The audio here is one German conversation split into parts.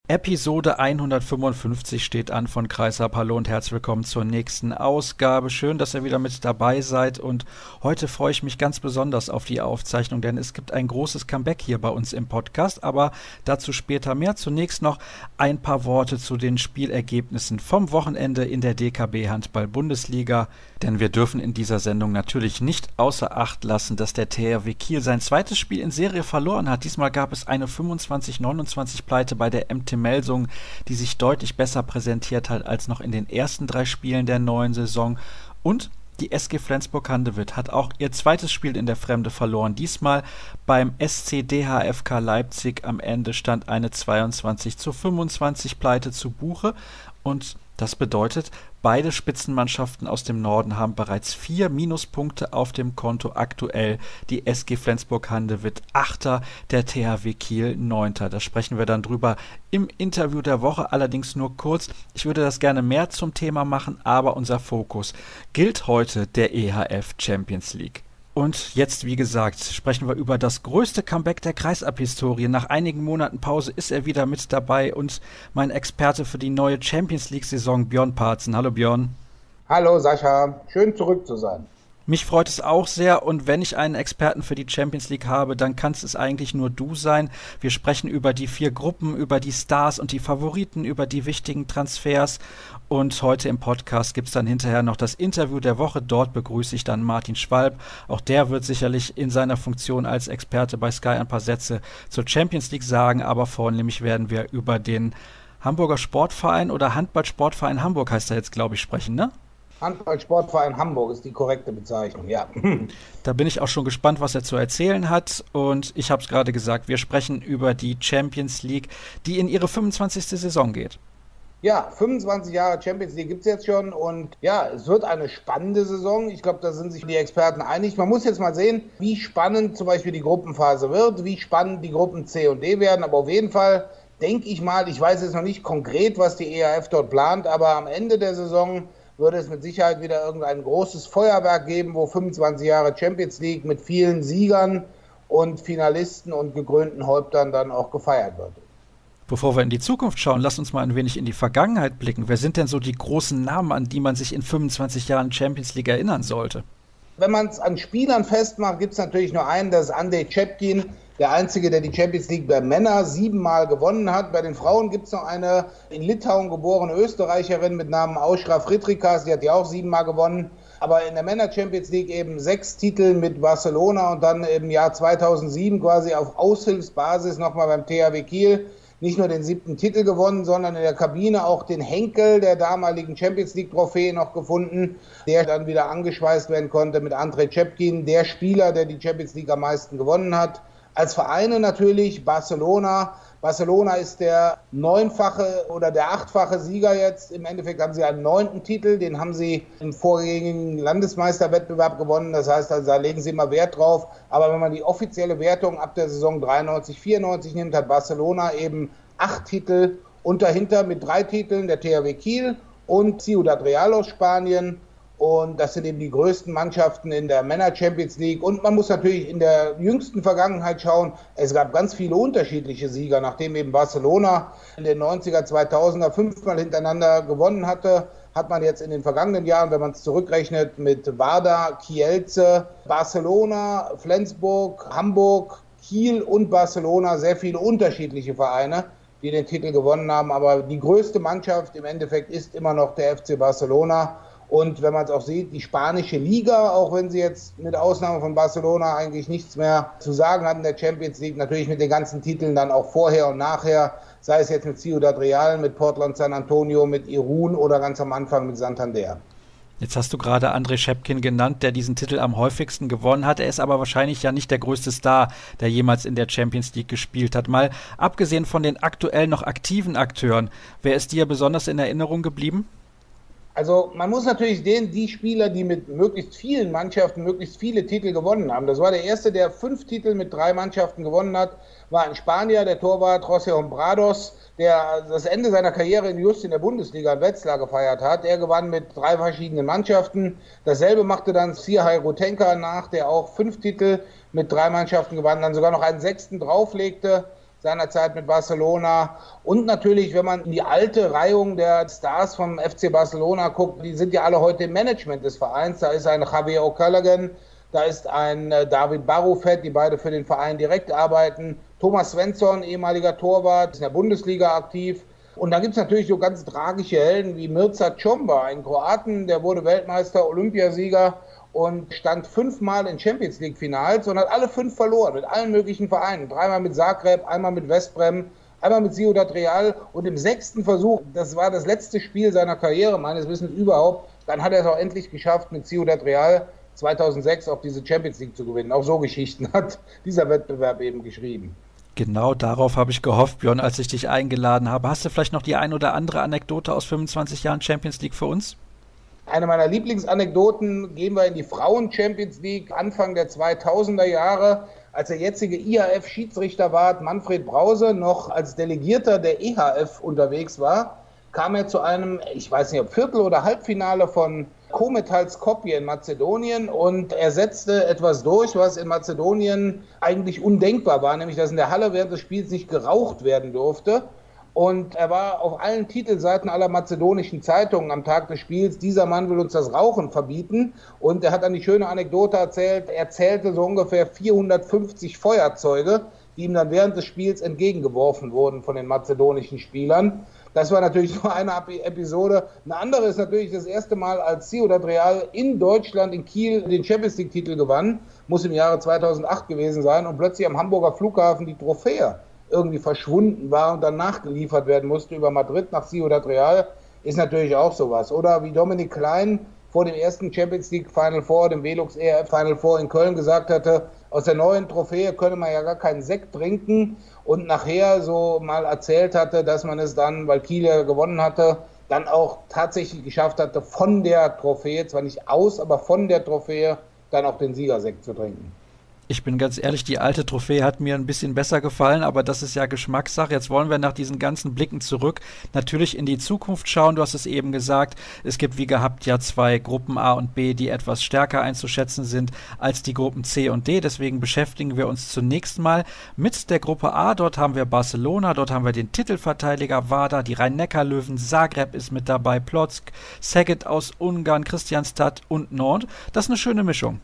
Episode 155 steht an von Kreisab. Hallo und herzlich willkommen zur nächsten Ausgabe. Schön, dass ihr wieder mit dabei seid und heute freue ich mich ganz besonders auf die Aufzeichnung, denn es gibt ein großes Comeback hier bei uns im Podcast, aber dazu später mehr. Zunächst noch ein paar Worte zu den Spielergebnissen vom Wochenende in der DKB Handball-Bundesliga, denn wir dürfen in dieser Sendung natürlich nicht außer Acht lassen, dass der THW Kiel sein zweites Spiel in Serie verloren hat. Diesmal gab es eine 25-29 Pleite bei der MT Melsungen, die sich deutlich besser präsentiert hat als noch in den ersten 3 Spielen der neuen Saison. Und die SG Flensburg-Handewitt hat auch ihr zweites Spiel in der Fremde verloren. Diesmal beim SC DHFK Leipzig. Am Ende stand eine 22-25 Pleite zu Buche. Und das bedeutet, beide Spitzenmannschaften aus dem Norden haben bereits 4 Minuspunkte auf dem Konto. Aktuell die SG Flensburg-Handewitt 8., der THW Kiel 9. Da sprechen wir dann drüber im Interview der Woche, allerdings nur kurz. Ich würde das gerne mehr zum Thema machen, aber unser Fokus gilt heute der EHF Champions League. Und jetzt, wie gesagt, sprechen wir über das größte Comeback der Kreisab-Historie. Nach einigen Monaten Pause ist er wieder mit dabei und mein Experte für die neue Champions League-Saison, Björn Parzen. Hallo Björn. Hallo Sascha, schön zurück zu sein. Mich freut es auch sehr und wenn ich einen Experten für die Champions League habe, dann kann es eigentlich nur du sein. Wir sprechen über die 4 Gruppen, über die Stars und die Favoriten, über die wichtigen Transfers und heute im Podcast gibt es dann hinterher noch das Interview der Woche. Dort begrüße ich dann Martin Schwalb. Auch der wird sicherlich in seiner Funktion als Experte bei Sky ein paar Sätze zur Champions League sagen, aber vornehmlich werden wir über den Hamburger Sportverein oder Handball-Sportverein Hamburg heißt er jetzt, glaube ich, sprechen, ne? Handball-Sportverein Hamburg ist die korrekte Bezeichnung, ja. Da bin ich auch schon gespannt, was er zu erzählen hat. Und ich habe es gerade gesagt, wir sprechen über die Champions League, die in ihre 25. Saison geht. Ja, 25 Jahre Champions League gibt es jetzt schon und ja, es wird eine spannende Saison. Ich glaube, da sind sich die Experten einig. Man muss jetzt mal sehen, wie spannend zum Beispiel die Gruppenphase wird, wie spannend die Gruppen C und D werden. Aber auf jeden Fall denke ich mal, ich weiß jetzt noch nicht konkret, was die EHF dort plant, aber am Ende der Saison würde es mit Sicherheit wieder irgendein großes Feuerwerk geben, wo 25 Jahre Champions League mit vielen Siegern und Finalisten und gekrönten Häuptern dann auch gefeiert wird. Bevor wir in die Zukunft schauen, lass uns mal ein wenig in die Vergangenheit blicken. Wer sind denn so die großen Namen, an die man sich in 25 Jahren Champions League erinnern sollte? Wenn man es an Spielern festmacht, gibt es natürlich nur einen, das ist Andrej Čepkin, der Einzige, der die Champions League bei Männern 7-mal gewonnen hat. Bei den Frauen gibt es noch eine in Litauen geborene Österreicherin mit Namen Aušra Fritrikas, die hat ja auch 7-mal gewonnen. Aber in der Männer-Champions League eben 6 Titel mit Barcelona und dann im Jahr 2007 quasi auf Aushilfsbasis nochmal beim THW Kiel nicht nur den 7. Titel gewonnen, sondern in der Kabine auch den Henkel der damaligen Champions League-Trophäe noch gefunden, der dann wieder angeschweißt werden konnte mit Andrej Čepkin, der Spieler, der die Champions League am meisten gewonnen hat. Als Vereine natürlich Barcelona. Barcelona ist der 9-fache oder der 8-fache Sieger jetzt. Im Endeffekt haben sie einen 9. Titel, den haben sie im vorgängigen Landesmeisterwettbewerb gewonnen. Das heißt, also, da legen sie immer Wert drauf. Aber wenn man die offizielle Wertung ab der Saison 93/94 nimmt, hat Barcelona eben 8 Titel und dahinter mit 3 Titeln der THW Kiel und Ciudad Real aus Spanien. Und das sind eben die größten Mannschaften in der Männer-Champions League. Und man muss natürlich in der jüngsten Vergangenheit schauen, es gab ganz viele unterschiedliche Sieger, nachdem eben Barcelona in den 90er, 2000er 5-mal hintereinander gewonnen hatte, hat man jetzt in den vergangenen Jahren, wenn man es zurückrechnet, mit Vardar, Kielce, Barcelona, Flensburg, Hamburg, Kiel und Barcelona sehr viele unterschiedliche Vereine, die den Titel gewonnen haben. Aber die größte Mannschaft im Endeffekt ist immer noch der FC Barcelona. Und wenn man es auch sieht, die spanische Liga, auch wenn sie jetzt mit Ausnahme von Barcelona eigentlich nichts mehr zu sagen hat in der Champions League, natürlich mit den ganzen Titeln dann auch vorher und nachher, sei es jetzt mit Ciudad Real, mit Portland San Antonio, mit Irún oder ganz am Anfang mit Santander. Jetzt hast du gerade Andrej Čepkin genannt, der diesen Titel am häufigsten gewonnen hat. Er ist aber wahrscheinlich ja nicht der größte Star, der jemals in der Champions League gespielt hat. Mal abgesehen von den aktuell noch aktiven Akteuren, wer ist dir besonders in Erinnerung geblieben? Also man muss natürlich sehen, die Spieler, die mit möglichst vielen Mannschaften möglichst viele Titel gewonnen haben. Das war der erste, der 5 Titel mit 3 Mannschaften gewonnen hat, war ein Spanier, der Torwart José Hombrados, der das Ende seiner Karriere just in der Bundesliga in Wetzlar gefeiert hat. Er gewann mit 3 verschiedenen Mannschaften. Dasselbe machte dann Sihai Rutenka nach, der auch 5 Titel mit 3 Mannschaften gewann, dann sogar noch einen 6. drauflegte. seinerzeit mit Barcelona. Und natürlich, wenn man in die alte Reihung der Stars vom FC Barcelona guckt, die sind ja alle heute im Management des Vereins. Da ist ein Javier O'Callaghan, da ist ein David Barufet, die beide für den Verein direkt arbeiten. Thomas Svensson, ehemaliger Torwart, ist in der Bundesliga aktiv. Und dann gibt es natürlich so ganz tragische Helden wie Mirza Chomba, ein Kroaten, der wurde Weltmeister, Olympiasieger und stand 5-mal in Champions-League-Finals und hat alle 5 verloren mit allen möglichen Vereinen. 3-mal mit Zagreb, einmal mit Westbrem, einmal mit Ciudad Real und im 6. Versuch, das war das letzte Spiel seiner Karriere, meines Wissens überhaupt, dann hat er es auch endlich geschafft, mit Ciudad Real 2006 auch diese Champions League zu gewinnen. Auch so Geschichten hat dieser Wettbewerb eben geschrieben. Genau darauf habe ich gehofft, Björn, als ich dich eingeladen habe. Hast du vielleicht noch die ein oder andere Anekdote aus 25 Jahren Champions League für uns? Eine meiner Lieblingsanekdoten, gehen wir in die Frauen-Champions League, Anfang der 2000er Jahre, als der jetzige IHF-Schiedsrichter war, Manfred Brause, noch als Delegierter der EHF unterwegs war, kam er zu einem, ich weiß nicht, ob Viertel- oder Halbfinale von Kometal Skopje in Mazedonien und er setzte etwas durch, was in Mazedonien eigentlich undenkbar war, nämlich dass in der Halle während des Spiels nicht geraucht werden durfte. Und er war auf allen Titelseiten aller mazedonischen Zeitungen am Tag des Spiels, dieser Mann will uns das Rauchen verbieten. Und er hat dann die schöne Anekdote erzählt, er zählte so ungefähr 450 Feuerzeuge, die ihm dann während des Spiels entgegengeworfen wurden von den mazedonischen Spielern. Das war natürlich nur eine Episode. Eine andere ist natürlich das erste Mal, als Ciudad Real in Deutschland, in Kiel, den Champions League-Titel gewann, muss im Jahre 2008 gewesen sein und plötzlich am Hamburger Flughafen die Trophäe irgendwie verschwunden war und dann nachgeliefert werden musste über Madrid nach Ciudad Real, ist natürlich auch sowas. Oder wie Dominik Klein vor dem ersten Champions League Final Four, dem Velux ERF Final Four in Köln gesagt hatte, aus der neuen Trophäe könne man ja gar keinen Sekt trinken und nachher so mal erzählt hatte, dass man es dann, weil Kiel ja gewonnen hatte, dann auch tatsächlich geschafft hatte, von der Trophäe, zwar nicht aus, aber von der Trophäe dann auch den Siegersekt zu trinken. Ich bin ganz ehrlich, die alte Trophäe hat mir ein bisschen besser gefallen, aber das ist ja Geschmackssache. Jetzt wollen wir nach diesen ganzen Blicken zurück natürlich in die Zukunft schauen. Du hast es eben gesagt, es gibt wie gehabt ja 2 Gruppen A und B, die etwas stärker einzuschätzen sind als die Gruppen C und D. Deswegen beschäftigen wir uns zunächst mal mit der Gruppe A. Dort haben wir Barcelona, dort haben wir den Titelverteidiger Vardar, die Rhein-Neckar-Löwen, Zagreb ist mit dabei, Plock, Szeged aus Ungarn, Kristianstad und Nantes. Das ist eine schöne Mischung.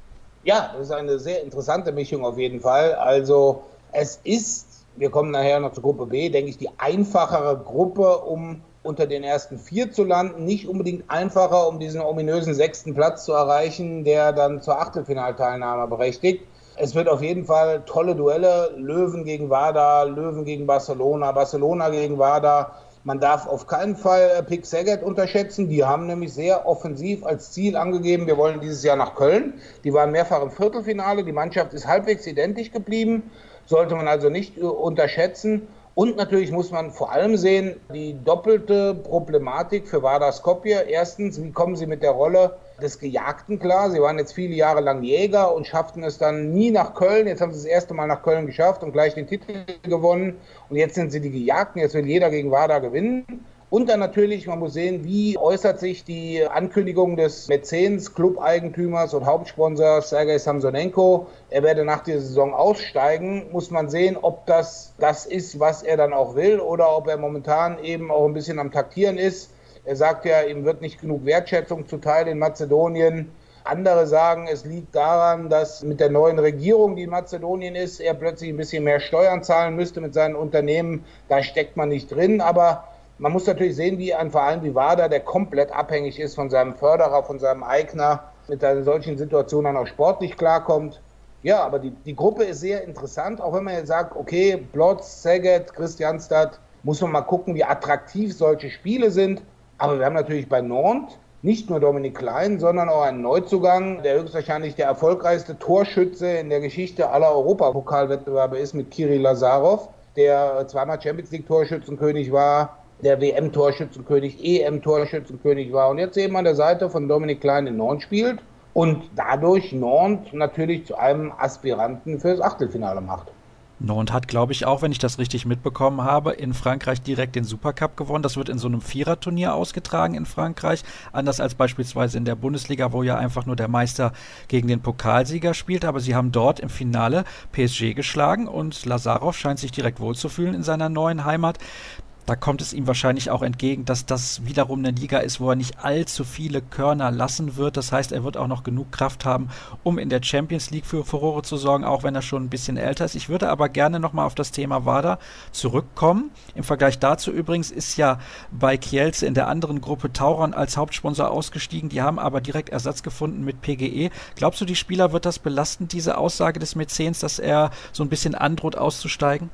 Ja, das ist eine sehr interessante Mischung auf jeden Fall. Also es ist, wir kommen nachher noch zur Gruppe B, denke ich, die einfachere Gruppe, um unter den ersten 4 zu landen. Nicht unbedingt einfacher, um diesen ominösen 6. Platz zu erreichen, der dann zur Achtelfinalteilnahme berechtigt. Es wird auf jeden Fall tolle Duelle, Löwen gegen Vardar, Löwen gegen Barcelona, Barcelona gegen Vardar. Man darf auf keinen Fall PEC Szeged unterschätzen. Die haben nämlich sehr offensiv als Ziel angegeben, wir wollen dieses Jahr nach Köln. Die waren mehrfach im Viertelfinale. Die Mannschaft ist halbwegs identisch geblieben. Sollte man also nicht unterschätzen. Und natürlich muss man vor allem sehen, die doppelte Problematik für Vardar Skopje. Erstens, wie kommen sie mit der Rolle des Gejagten klar? Sie waren jetzt viele Jahre lang Jäger und schafften es dann nie nach Köln. Jetzt haben sie das erste Mal nach Köln geschafft und gleich den Titel gewonnen. Und jetzt sind sie die Gejagten. Jetzt will jeder gegen Vardar gewinnen. Und dann natürlich, man muss sehen, wie äußert sich die Ankündigung des Mäzens, Club-Eigentümers und Hauptsponsors Sergei Samsonenko. Er werde nach der Saison aussteigen. Muss man sehen, ob das ist, was er dann auch will oder ob er momentan eben auch ein bisschen am Taktieren ist. Er sagt ja, ihm wird nicht genug Wertschätzung zuteil in Mazedonien. Andere sagen, es liegt daran, dass mit der neuen Regierung, die in Mazedonien ist, er plötzlich ein bisschen mehr Steuern zahlen müsste mit seinen Unternehmen. Da steckt man nicht drin, aber man muss natürlich sehen, wie ein Verein wie Vardar, der komplett abhängig ist von seinem Förderer, von seinem Eigner, mit einer solchen Situation dann auch sportlich klarkommt. Ja, aber die Gruppe ist sehr interessant, auch wenn man jetzt sagt, okay, Plock, Szeged, Kristianstad, muss man mal gucken, wie attraktiv solche Spiele sind. Aber wir haben natürlich bei Nantes nicht nur Dominik Klein, sondern auch einen Neuzugang, der höchstwahrscheinlich der erfolgreichste Torschütze in der Geschichte aller Europapokalwettbewerbe ist, mit Kirill Lazarov, der zweimal Champions League Torschützenkönig war, der WM-Torschützenkönig, EM-Torschützenkönig war und jetzt eben an der Seite von Dominik Klein in Nantes spielt und dadurch Nantes natürlich zu einem Aspiranten fürs Achtelfinale macht. Nantes hat, glaube ich, auch, wenn ich das richtig mitbekommen habe, in Frankreich direkt den Supercup gewonnen. Das wird in so einem Viererturnier ausgetragen in Frankreich. Anders als beispielsweise in der Bundesliga, wo ja einfach nur der Meister gegen den Pokalsieger spielt. Aber sie haben dort im Finale PSG geschlagen und Lazarov scheint sich direkt wohlzufühlen in seiner neuen Heimat. Da kommt es ihm wahrscheinlich auch entgegen, dass das wiederum eine Liga ist, wo er nicht allzu viele Körner lassen wird. Das heißt, er wird auch noch genug Kraft haben, um in der Champions League für Furore zu sorgen, auch wenn er schon ein bisschen älter ist. Ich würde aber gerne nochmal auf das Thema WADA zurückkommen. Im Vergleich dazu übrigens ist ja bei Kielce in der anderen Gruppe Tauron als Hauptsponsor ausgestiegen. Die haben aber direkt Ersatz gefunden mit PGE. Glaubst du, die Spieler wird das belasten, diese Aussage des Mäzens, dass er so ein bisschen androht auszusteigen?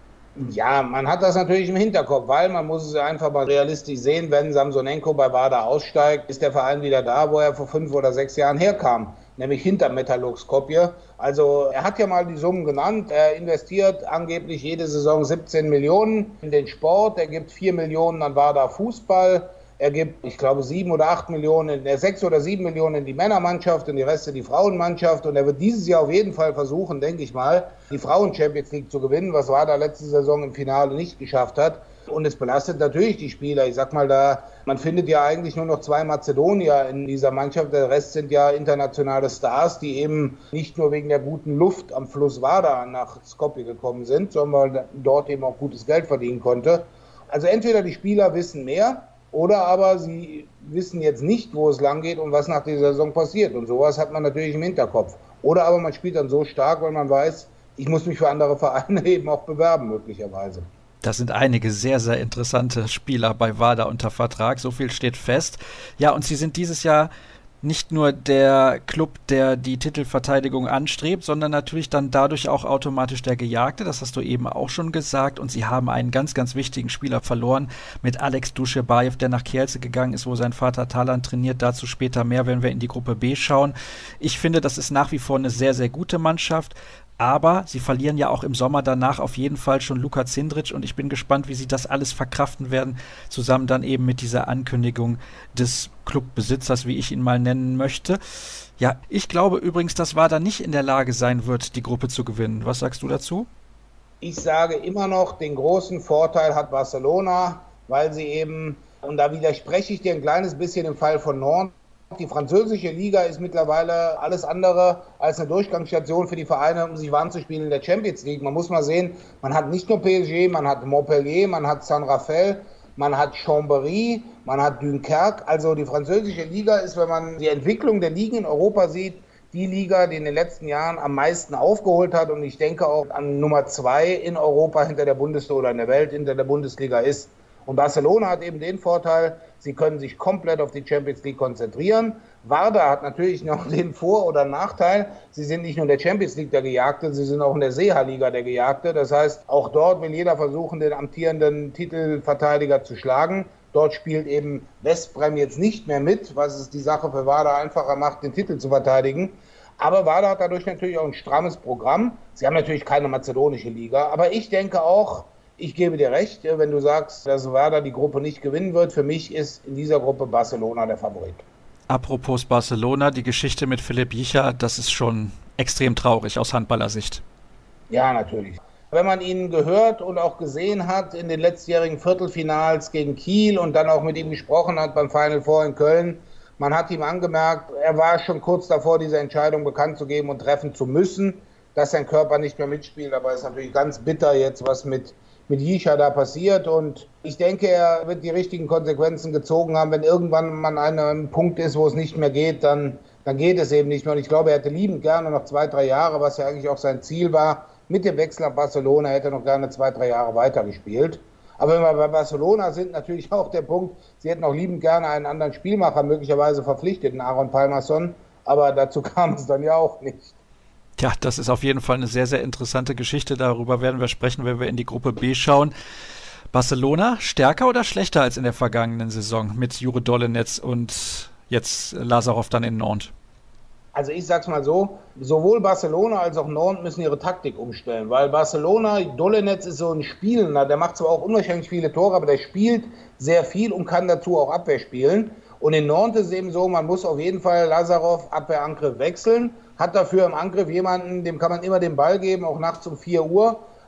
Ja, man hat das natürlich im Hinterkopf, weil man muss es einfach mal realistisch sehen, wenn Samsonenko bei WADA aussteigt, ist der Verein wieder da, wo er vor 5 oder 6 Jahren herkam, nämlich hinter Metalurg Skopje. Also er hat ja mal die Summen genannt, er investiert angeblich jede Saison 17 Millionen in den Sport, er gibt 4 Millionen an WADA Fußball. Er gibt, ich glaube, 7 oder 8 Millionen, 6 oder 7 Millionen in die Männermannschaft und die Reste die Frauenmannschaft. Und er wird dieses Jahr auf jeden Fall versuchen, denke ich mal, die Frauen-Champions League zu gewinnen, was WADA letzte Saison im Finale nicht geschafft hat. Und es belastet natürlich die Spieler. Ich sag mal, man findet ja eigentlich nur noch 2 Mazedonier in dieser Mannschaft. Der Rest sind ja internationale Stars, die eben nicht nur wegen der guten Luft am Fluss WADA nach Skopje gekommen sind, sondern weil dort eben auch gutes Geld verdienen konnte. Also entweder die Spieler wissen mehr, oder aber sie wissen jetzt nicht, wo es lang geht und was nach dieser Saison passiert. Und sowas hat man natürlich im Hinterkopf. Oder aber man spielt dann so stark, weil man weiß, ich muss mich für andere Vereine eben auch bewerben, möglicherweise. Da sind einige sehr, sehr interessante Spieler bei WADA unter Vertrag. So viel steht fest. Ja, und sie sind dieses Jahr nicht nur der Club, der die Titelverteidigung anstrebt, sondern natürlich dann dadurch auch automatisch der Gejagte. Das hast du eben auch schon gesagt. Und sie haben einen ganz, ganz wichtigen Spieler verloren mit Alex Duschebaev, der nach Kielce gegangen ist, wo sein Vater Talan trainiert. Dazu später mehr, wenn wir in die Gruppe B schauen. Ich finde, das ist nach wie vor eine sehr, sehr gute Mannschaft. Aber sie verlieren ja auch im Sommer danach auf jeden Fall schon Luka Cindric und ich bin gespannt, wie sie das alles verkraften werden, zusammen dann eben mit dieser Ankündigung des Clubbesitzers, wie ich ihn mal nennen möchte. Ja, ich glaube übrigens, dass WADA nicht in der Lage sein wird, die Gruppe zu gewinnen. Was sagst du dazu? Ich sage immer noch, den großen Vorteil hat Barcelona, weil sie eben, und da widerspreche ich dir ein kleines bisschen im Fall von Nantes, die französische Liga ist mittlerweile alles andere als eine Durchgangsstation für die Vereine, um sich warm zu spielen in der Champions League. Man muss mal sehen, man hat nicht nur PSG, man hat Montpellier, man hat Saint-Raphael, man hat Chambéry, man hat Dunkerque. Also die französische Liga ist, wenn man die Entwicklung der Ligen in Europa sieht, die Liga, die in den letzten Jahren am meisten aufgeholt hat und ich denke auch an Nummer 2 in Europa hinter der Bundesliga oder in der Welt hinter der Bundesliga ist. Und Barcelona hat eben den Vorteil, sie können sich komplett auf die Champions League konzentrieren. WADA hat natürlich noch den Vor- oder Nachteil, sie sind nicht nur in der Champions League der Gejagte, sie sind auch in der Seeha-Liga der Gejagte. Das heißt, auch dort will jeder versuchen, den amtierenden Titelverteidiger zu schlagen. Dort spielt eben Westbrem jetzt nicht mehr mit, was es die Sache für WADA einfacher macht, den Titel zu verteidigen. Aber WADA hat dadurch natürlich auch ein strammes Programm. Sie haben natürlich keine mazedonische Liga, aber ich denke auch, ich gebe dir recht, wenn du sagst, dass WADA die Gruppe nicht gewinnen wird. Für mich ist in dieser Gruppe Barcelona der Favorit. Apropos Barcelona, die Geschichte mit Philipp Jicha, das ist schon extrem traurig aus Handballersicht. Ja, natürlich. Wenn man ihn gehört und auch gesehen hat in den letztjährigen Viertelfinals gegen Kiel und dann auch mit ihm gesprochen hat beim Final Four in Köln, man hat ihm angemerkt, er war schon kurz davor, diese Entscheidung bekannt zu geben und treffen zu müssen, dass sein Körper nicht mehr mitspielt. Aber es ist natürlich ganz bitter jetzt, was mit Jicha da passiert und ich denke, er wird die richtigen Konsequenzen gezogen haben. Wenn irgendwann man an einem Punkt ist, wo es nicht mehr geht, dann geht es eben nicht mehr. Und ich glaube, er hätte liebend gerne noch 2, 3 Jahre, was ja eigentlich auch sein Ziel war. Mit dem Wechsel nach Barcelona hätte er noch gerne 2, 3 Jahre weitergespielt. Aber wenn wir bei Barcelona sind, natürlich auch der Punkt, sie hätten auch liebend gerne einen anderen Spielmacher möglicherweise verpflichtet, den Aaron Palmerson. Aber dazu kam es dann ja auch nicht. Ja, das ist auf jeden Fall eine sehr, sehr interessante Geschichte. Darüber werden wir sprechen, wenn wir in die Gruppe B schauen. Barcelona stärker oder schlechter als in der vergangenen Saison mit Jure Dolenetz und jetzt Lazarov dann in Nantes? Also ich sag's mal so, sowohl Barcelona als auch Nantes müssen ihre Taktik umstellen, weil Barcelona, Dolenetz ist so ein Spielender, der macht zwar auch unwahrscheinlich viele Tore, aber der spielt sehr viel und kann dazu auch Abwehr spielen. Und in Nantes ist es eben so, man muss auf jeden Fall Lazarov Abwehr-Angriff wechseln, hat dafür im Angriff jemanden, dem kann man immer den Ball geben, auch nachts um 4 Uhr.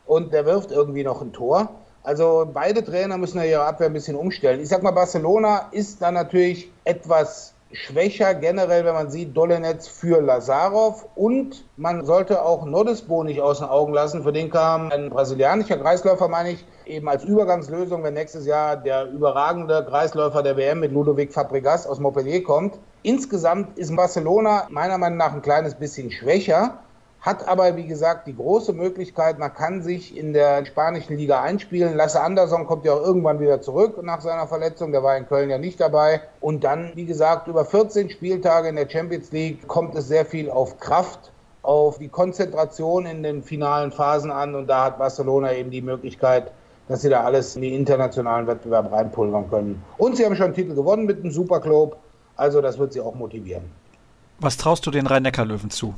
und der wirft irgendwie noch ein Tor. Also beide Trainer müssen ja ihre Abwehr ein bisschen umstellen. Ich sag mal, Barcelona ist dann natürlich etwas schwächer generell, wenn man sieht, Dolenetz für Lazarov, und man sollte auch Nodesbo nicht aus den Augen lassen. Für den kam ein brasilianischer Kreisläufer, meine ich, eben als Übergangslösung, wenn nächstes Jahr der überragende Kreisläufer der WM mit Ludovic Fabregas aus Montpellier kommt. Insgesamt ist Barcelona meiner Meinung nach ein kleines bisschen schwächer, hat aber, wie gesagt, die große Möglichkeit, man kann sich in der spanischen Liga einspielen. Lasse Anderson kommt ja auch irgendwann wieder zurück nach seiner Verletzung, der war in Köln ja nicht dabei. Und dann, wie gesagt, über 14 Spieltage in der Champions League kommt es sehr viel auf Kraft, auf die Konzentration in den finalen Phasen an, und da hat Barcelona eben die Möglichkeit, dass sie da alles in den internationalen Wettbewerb reinpulvern können. Und sie haben schon einen Titel gewonnen mit dem Superclub, also das wird sie auch motivieren. Was traust du den Rhein-Neckar-Löwen zu?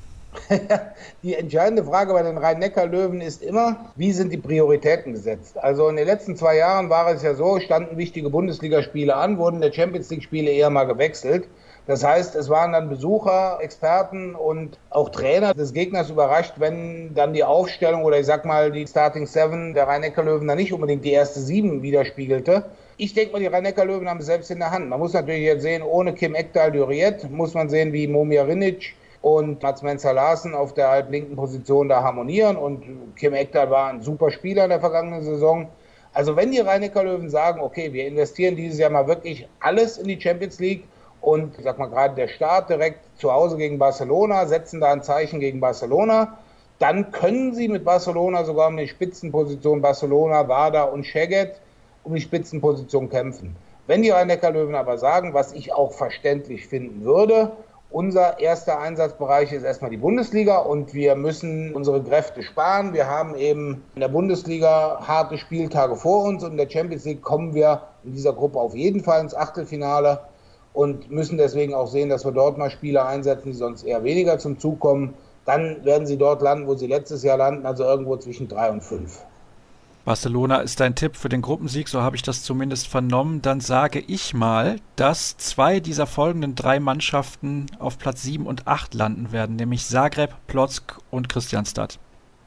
Die entscheidende Frage bei den Rhein-Neckar-Löwen ist immer, wie sind die Prioritäten gesetzt? Also in den letzten 2 Jahren war es ja so, standen wichtige Bundesligaspiele an, wurden der Champions-League-Spiele eher mal gewechselt. Das heißt, es waren dann Besucher, Experten und auch Trainer des Gegners überrascht, wenn dann die Aufstellung oder ich sag mal die Starting Seven der Rhein-Neckar-Löwen dann nicht unbedingt die erste 7 widerspiegelte. Ich denke mal, die Rhein-Neckar-Löwen haben es selbst in der Hand. Man muss natürlich jetzt sehen, ohne Kim Ekdal-Duriet muss man sehen, wie Momir Rinic und Mats Menzer-Larsen auf der halblinken Position da harmonieren, und Kim Ekdal war ein super Spieler in der vergangenen Saison. Also wenn die Rhein-Neckar-Löwen sagen, okay, wir investieren dieses Jahr mal wirklich alles in die Champions League und, ich sag mal, gerade der Start direkt zu Hause gegen Barcelona, setzen da ein Zeichen gegen Barcelona, dann können sie mit Barcelona sogar um die Spitzenposition Barcelona, Wada und Szeged um die Spitzenposition kämpfen. Wenn die Rhein-Neckar-Löwen aber sagen, was ich auch verständlich finden würde, unser erster Einsatzbereich ist erstmal die Bundesliga und wir müssen unsere Kräfte sparen. Wir haben eben in der Bundesliga harte Spieltage vor uns, und in der Champions League kommen wir in dieser Gruppe auf jeden Fall ins Achtelfinale und müssen deswegen auch sehen, dass wir dort mal Spieler einsetzen, die sonst eher weniger zum Zug kommen. Dann werden sie dort landen, wo sie letztes Jahr landen, also irgendwo zwischen 3 und 5. Barcelona ist dein Tipp für den Gruppensieg, so habe ich das zumindest vernommen. Dann sage ich mal, dass 2 dieser folgenden 3 Mannschaften auf Platz 7 und 8 landen werden, nämlich Zagreb, Plock und Kristianstad.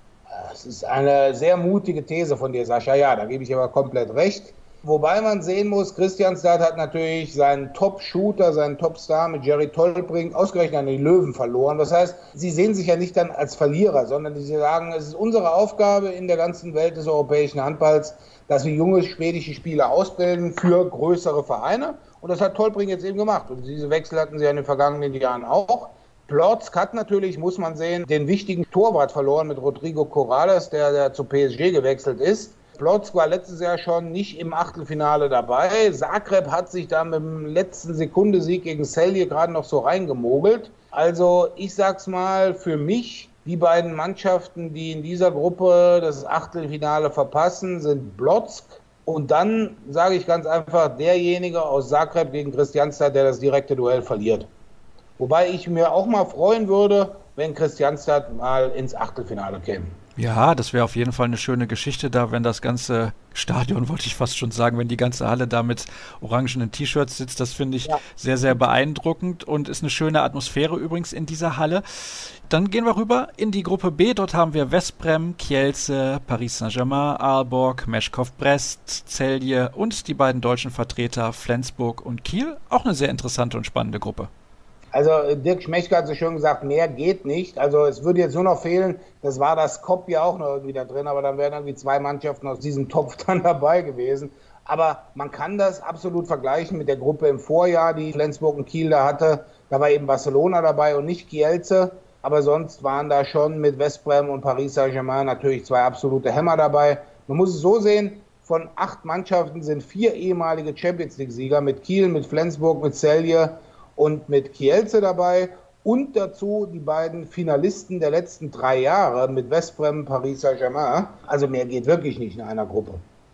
Das ist eine sehr mutige These von dir, Sascha. Ja, da gebe ich aber komplett recht. Wobei man sehen muss, Kristianstad hat natürlich seinen Top-Shooter, seinen Top-Star mit Jerry Tolbrink ausgerechnet an die Löwen verloren. Das heißt, sie sehen sich ja nicht dann als Verlierer, sondern sie sagen, es ist unsere Aufgabe in der ganzen Welt des europäischen Handballs, dass wir junge schwedische Spieler ausbilden für größere Vereine. Und das hat Tolbrink jetzt eben gemacht. Und diese Wechsel hatten sie ja in den vergangenen Jahren auch. Plock hat natürlich, muss man sehen, den wichtigen Torwart verloren mit Rodrigo Corrales, der zu PSG gewechselt ist. Plock war letztes Jahr schon nicht im Achtelfinale dabei. Zagreb hat sich da mit dem letzten Sekunde-Sieg gegen Celje gerade noch so reingemogelt. Also ich sag's mal, für mich, die beiden Mannschaften, die in dieser Gruppe das Achtelfinale verpassen, sind Plock. Und dann sage ich ganz einfach, derjenige aus Zagreb gegen Kristianstad, der das direkte Duell verliert. Wobei ich mir auch mal freuen würde, wenn Kristianstad mal ins Achtelfinale käme. Ja, das wäre auf jeden Fall eine schöne Geschichte da, wenn das ganze Stadion, wollte ich fast schon sagen, wenn die ganze Halle da mit orangenen T-Shirts sitzt. Das finde ich sehr, sehr beeindruckend und ist eine schöne Atmosphäre übrigens in dieser Halle. Dann gehen wir rüber in die Gruppe B. Dort haben wir Veszprem, Kielce, Paris Saint-Germain, Aalborg, Meshkov Brest, Celje und die beiden deutschen Vertreter Flensburg und Kiel. Auch eine sehr interessante und spannende Gruppe. Also Dirk Schmeschke hat so schön gesagt, mehr geht nicht. Also es würde jetzt nur noch fehlen, das war das Skopje auch noch irgendwie da drin, aber dann wären irgendwie 2 Mannschaften aus diesem Topf dann dabei gewesen. Aber man kann das absolut vergleichen mit der Gruppe im Vorjahr, die Flensburg und Kiel da hatte. Da war eben Barcelona dabei und nicht Kielce. Aber sonst waren da schon mit Veszprem und Paris Saint-Germain natürlich 2 absolute Hämmer dabei. Man muss es so sehen, von 8 Mannschaften sind 4 ehemalige Champions-League-Sieger mit Kiel, mit Flensburg, mit Celje und mit Kielce dabei, und dazu die beiden Finalisten der letzten 3 Jahre mit Veszprem, Paris Saint-Germain. Also mehr geht wirklich nicht in einer Gruppe.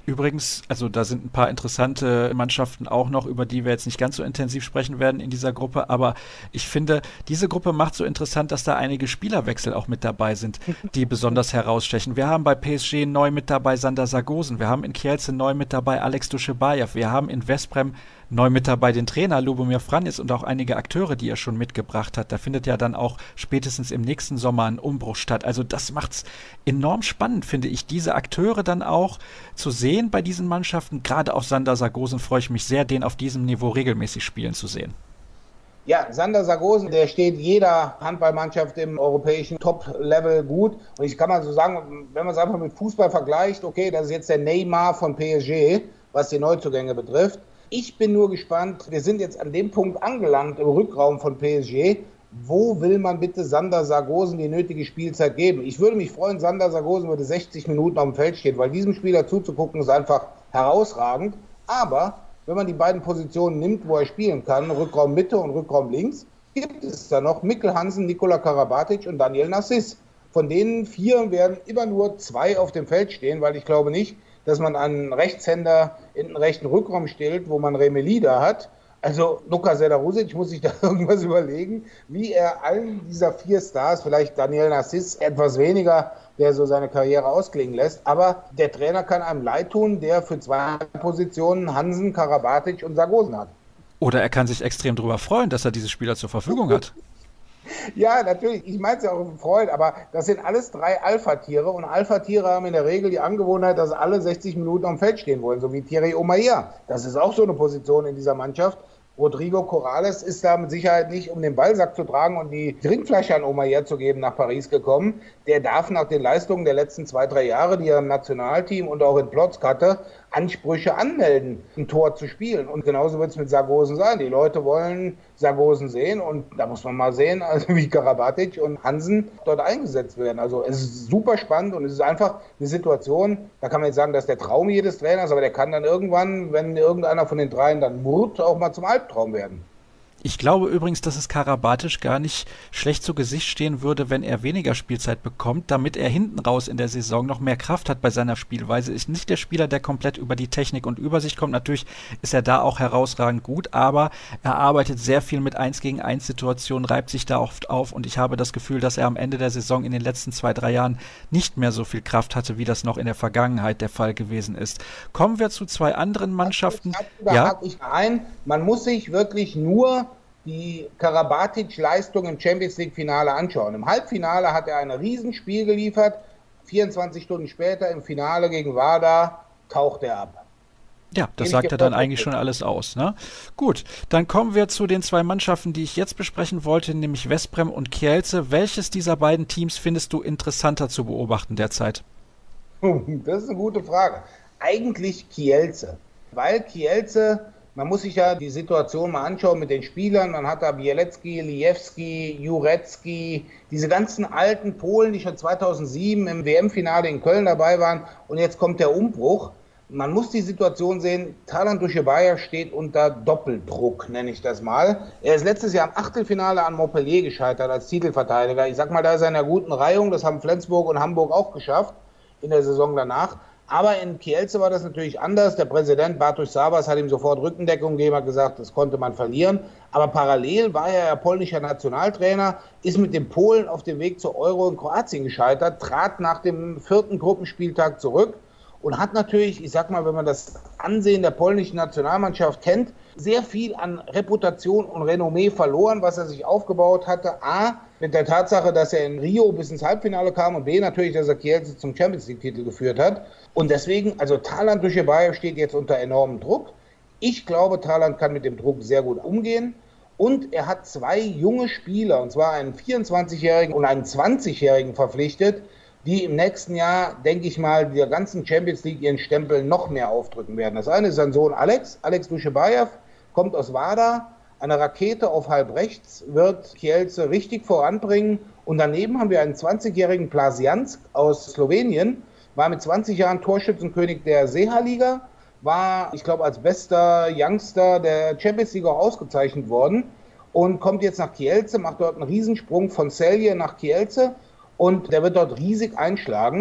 Übrigens, also da sind ein paar interessante Mannschaften auch noch, über die wir jetzt nicht ganz so intensiv sprechen werden in dieser Gruppe, aber ich finde, diese Gruppe macht so interessant, dass da einige Spielerwechsel auch mit dabei sind, die besonders herausstechen. Wir haben bei PSG neu mit dabei Sander Sargosen, wir haben in Kielce neu mit dabei Alex Duschebaev, wir haben in Veszprem neu mit dabei den Trainer Lubomir Vranjes und auch einige Akteure, die er schon mitgebracht hat. Da findet ja dann auch spätestens im nächsten Sommer ein Umbruch statt. Also das macht's enorm spannend, finde ich, diese Akteure dann auch zu sehen bei diesen Mannschaften. Gerade auf Sander Sargosen freue ich mich sehr, den auf diesem Niveau regelmäßig spielen zu sehen. Ja, Sander Sargosen, der steht jeder Handballmannschaft im europäischen Top-Level gut. Und ich kann mal so sagen, wenn man es einfach mit Fußball vergleicht, okay, das ist jetzt der Neymar von PSG, was die Neuzugänge betrifft. Ich bin nur gespannt, wir sind jetzt an dem Punkt angelangt im Rückraum von PSG. Wo will man bitte Sander Sargosen die nötige Spielzeit geben? Ich würde mich freuen, Sander Sargosen würde 60 Minuten auf dem Feld stehen, weil diesem Spieler zuzugucken ist einfach herausragend. Aber wenn man die beiden Positionen nimmt, wo er spielen kann, Rückraum Mitte und Rückraum links, gibt es da noch Mikkel Hansen, Nikola Karabatic und Daniel Narciss. Von denen 4 werden immer nur 2 auf dem Feld stehen, weil ich glaube nicht, dass man einen Rechtshänder in den rechten Rückraum stellt, wo man Remeli da hat. Also Luka Sedarusic muss sich da irgendwas überlegen, wie er allen dieser 4 Stars, vielleicht Daniel Narciss etwas weniger, der so seine Karriere ausklingen lässt, aber der Trainer kann einem leid tun, der für 2 Positionen Hansen, Karabatic und Sargosen hat. Oder er kann sich extrem darüber freuen, dass er diese Spieler zur Verfügung hat. Ja, natürlich. Ich meine es ja auch mit Freude, aber das sind alles 3 Alpha-Tiere und Alpha-Tiere haben in der Regel die Angewohnheit, dass alle 60 Minuten am Feld stehen wollen, so wie Thierry Omeyer. Das ist auch so eine Position in dieser Mannschaft. Rodrigo Corrales ist da mit Sicherheit nicht, um den Ballsack zu tragen und die Trinkflasche an Omeyer zu geben, nach Paris gekommen. Der darf nach den Leistungen der letzten 2-3 Jahre, die er im Nationalteam und auch in Plotzk hatte, Ansprüche anmelden, ein Tor zu spielen. Und genauso wird es mit Sargosen sein. Die Leute wollen Sargosen sehen und da muss man mal sehen, also wie Karabatic und Hansen dort eingesetzt werden. Also es ist super spannend und es ist einfach eine Situation, da kann man jetzt sagen, das ist der Traum jedes Trainers, aber der kann dann irgendwann, wenn irgendeiner von den 3 dann murrt, auch mal zum Albtraum werden. Ich glaube übrigens, dass es Karabatic gar nicht schlecht zu Gesicht stehen würde, wenn er weniger Spielzeit bekommt, damit er hinten raus in der Saison noch mehr Kraft hat bei seiner Spielweise. Ist nicht der Spieler, der komplett über die Technik und Übersicht kommt. Natürlich ist er da auch herausragend gut, aber er arbeitet sehr viel mit 1-gegen-1 Situationen, reibt sich da oft auf und ich habe das Gefühl, dass er am Ende der Saison in den letzten 2-3 Jahren nicht mehr so viel Kraft hatte, wie das noch in der Vergangenheit der Fall gewesen ist. Kommen wir zu 2 anderen Mannschaften. Man muss sich wirklich nur die Karabatic-Leistung im Champions-League-Finale anschauen. Im Halbfinale hat er ein Riesenspiel geliefert. 24 Stunden später im Finale gegen WADA taucht er ab. Ja, das sagt ja dann eigentlich schon alles aus, ne? Gut, dann kommen wir zu den 2 Mannschaften, die ich jetzt besprechen wollte, nämlich Veszprem und Kielce. Welches dieser beiden Teams findest du interessanter zu beobachten derzeit? Das ist eine gute Frage. Eigentlich Kielce, weil Kielce, man muss sich ja die Situation mal anschauen mit den Spielern. Man hat da Bielecki, Lijewski, Jurecki, diese ganzen alten Polen, die schon 2007 im WM-Finale in Köln dabei waren. Und jetzt kommt der Umbruch. Man muss die Situation sehen, Talant Duschebaev steht unter Doppeldruck, nenne ich das mal. Er ist letztes Jahr im Achtelfinale an Montpellier gescheitert als Titelverteidiger. Ich sag mal, da ist er in einer guten Reihung. Das haben Flensburg und Hamburg auch geschafft in der Saison danach. Aber in Kielce war das natürlich anders. Der Präsident Bartosz Sabas hat ihm sofort Rückendeckung gegeben, hat gesagt, das konnte man verlieren. Aber parallel war er ja polnischer Nationaltrainer, ist mit den Polen auf dem Weg zur Euro in Kroatien gescheitert, trat nach dem 4. Gruppenspieltag zurück und hat natürlich, ich sag mal, wenn man das Ansehen der polnischen Nationalmannschaft kennt, sehr viel an Reputation und Renommee verloren, was er sich aufgebaut hatte. A, mit der Tatsache, dass er in Rio bis ins Halbfinale kam und B, natürlich, dass er Kielce zum Champions-League-Titel geführt hat. Und deswegen, also Talant Duschebaev steht jetzt unter enormem Druck. Ich glaube, Talant kann mit dem Druck sehr gut umgehen. Und er hat 2 junge Spieler, und zwar einen 24-Jährigen und einen 20-Jährigen verpflichtet, die im nächsten Jahr, denke ich mal, der ganzen Champions League ihren Stempel noch mehr aufdrücken werden. Das eine ist sein Sohn Alex Duschebaev, kommt aus WADA, eine Rakete auf halb rechts, wird Kielce richtig voranbringen. Und daneben haben wir einen 20-jährigen Plasiansk aus Slowenien, war mit 20 Jahren Torschützenkönig der Seha-Liga, war, ich glaube, als bester Youngster der Champions League auch ausgezeichnet worden und kommt jetzt nach Kielce, macht dort einen Riesensprung von Celje nach Kielce und der wird dort riesig einschlagen.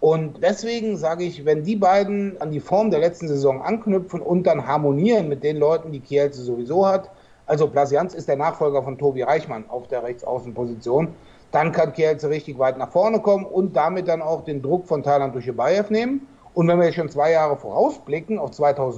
Und deswegen sage ich, wenn die beiden an die Form der letzten Saison anknüpfen und dann harmonieren mit den Leuten, die Kielce sowieso hat, also Blasianz ist der Nachfolger von Tobi Reichmann auf der Rechtsaußenposition, dann kann Kielce richtig weit nach vorne kommen und damit dann auch den Druck von Talant Duschebaev nehmen. Und wenn wir jetzt schon 2 Jahre vorausblicken auf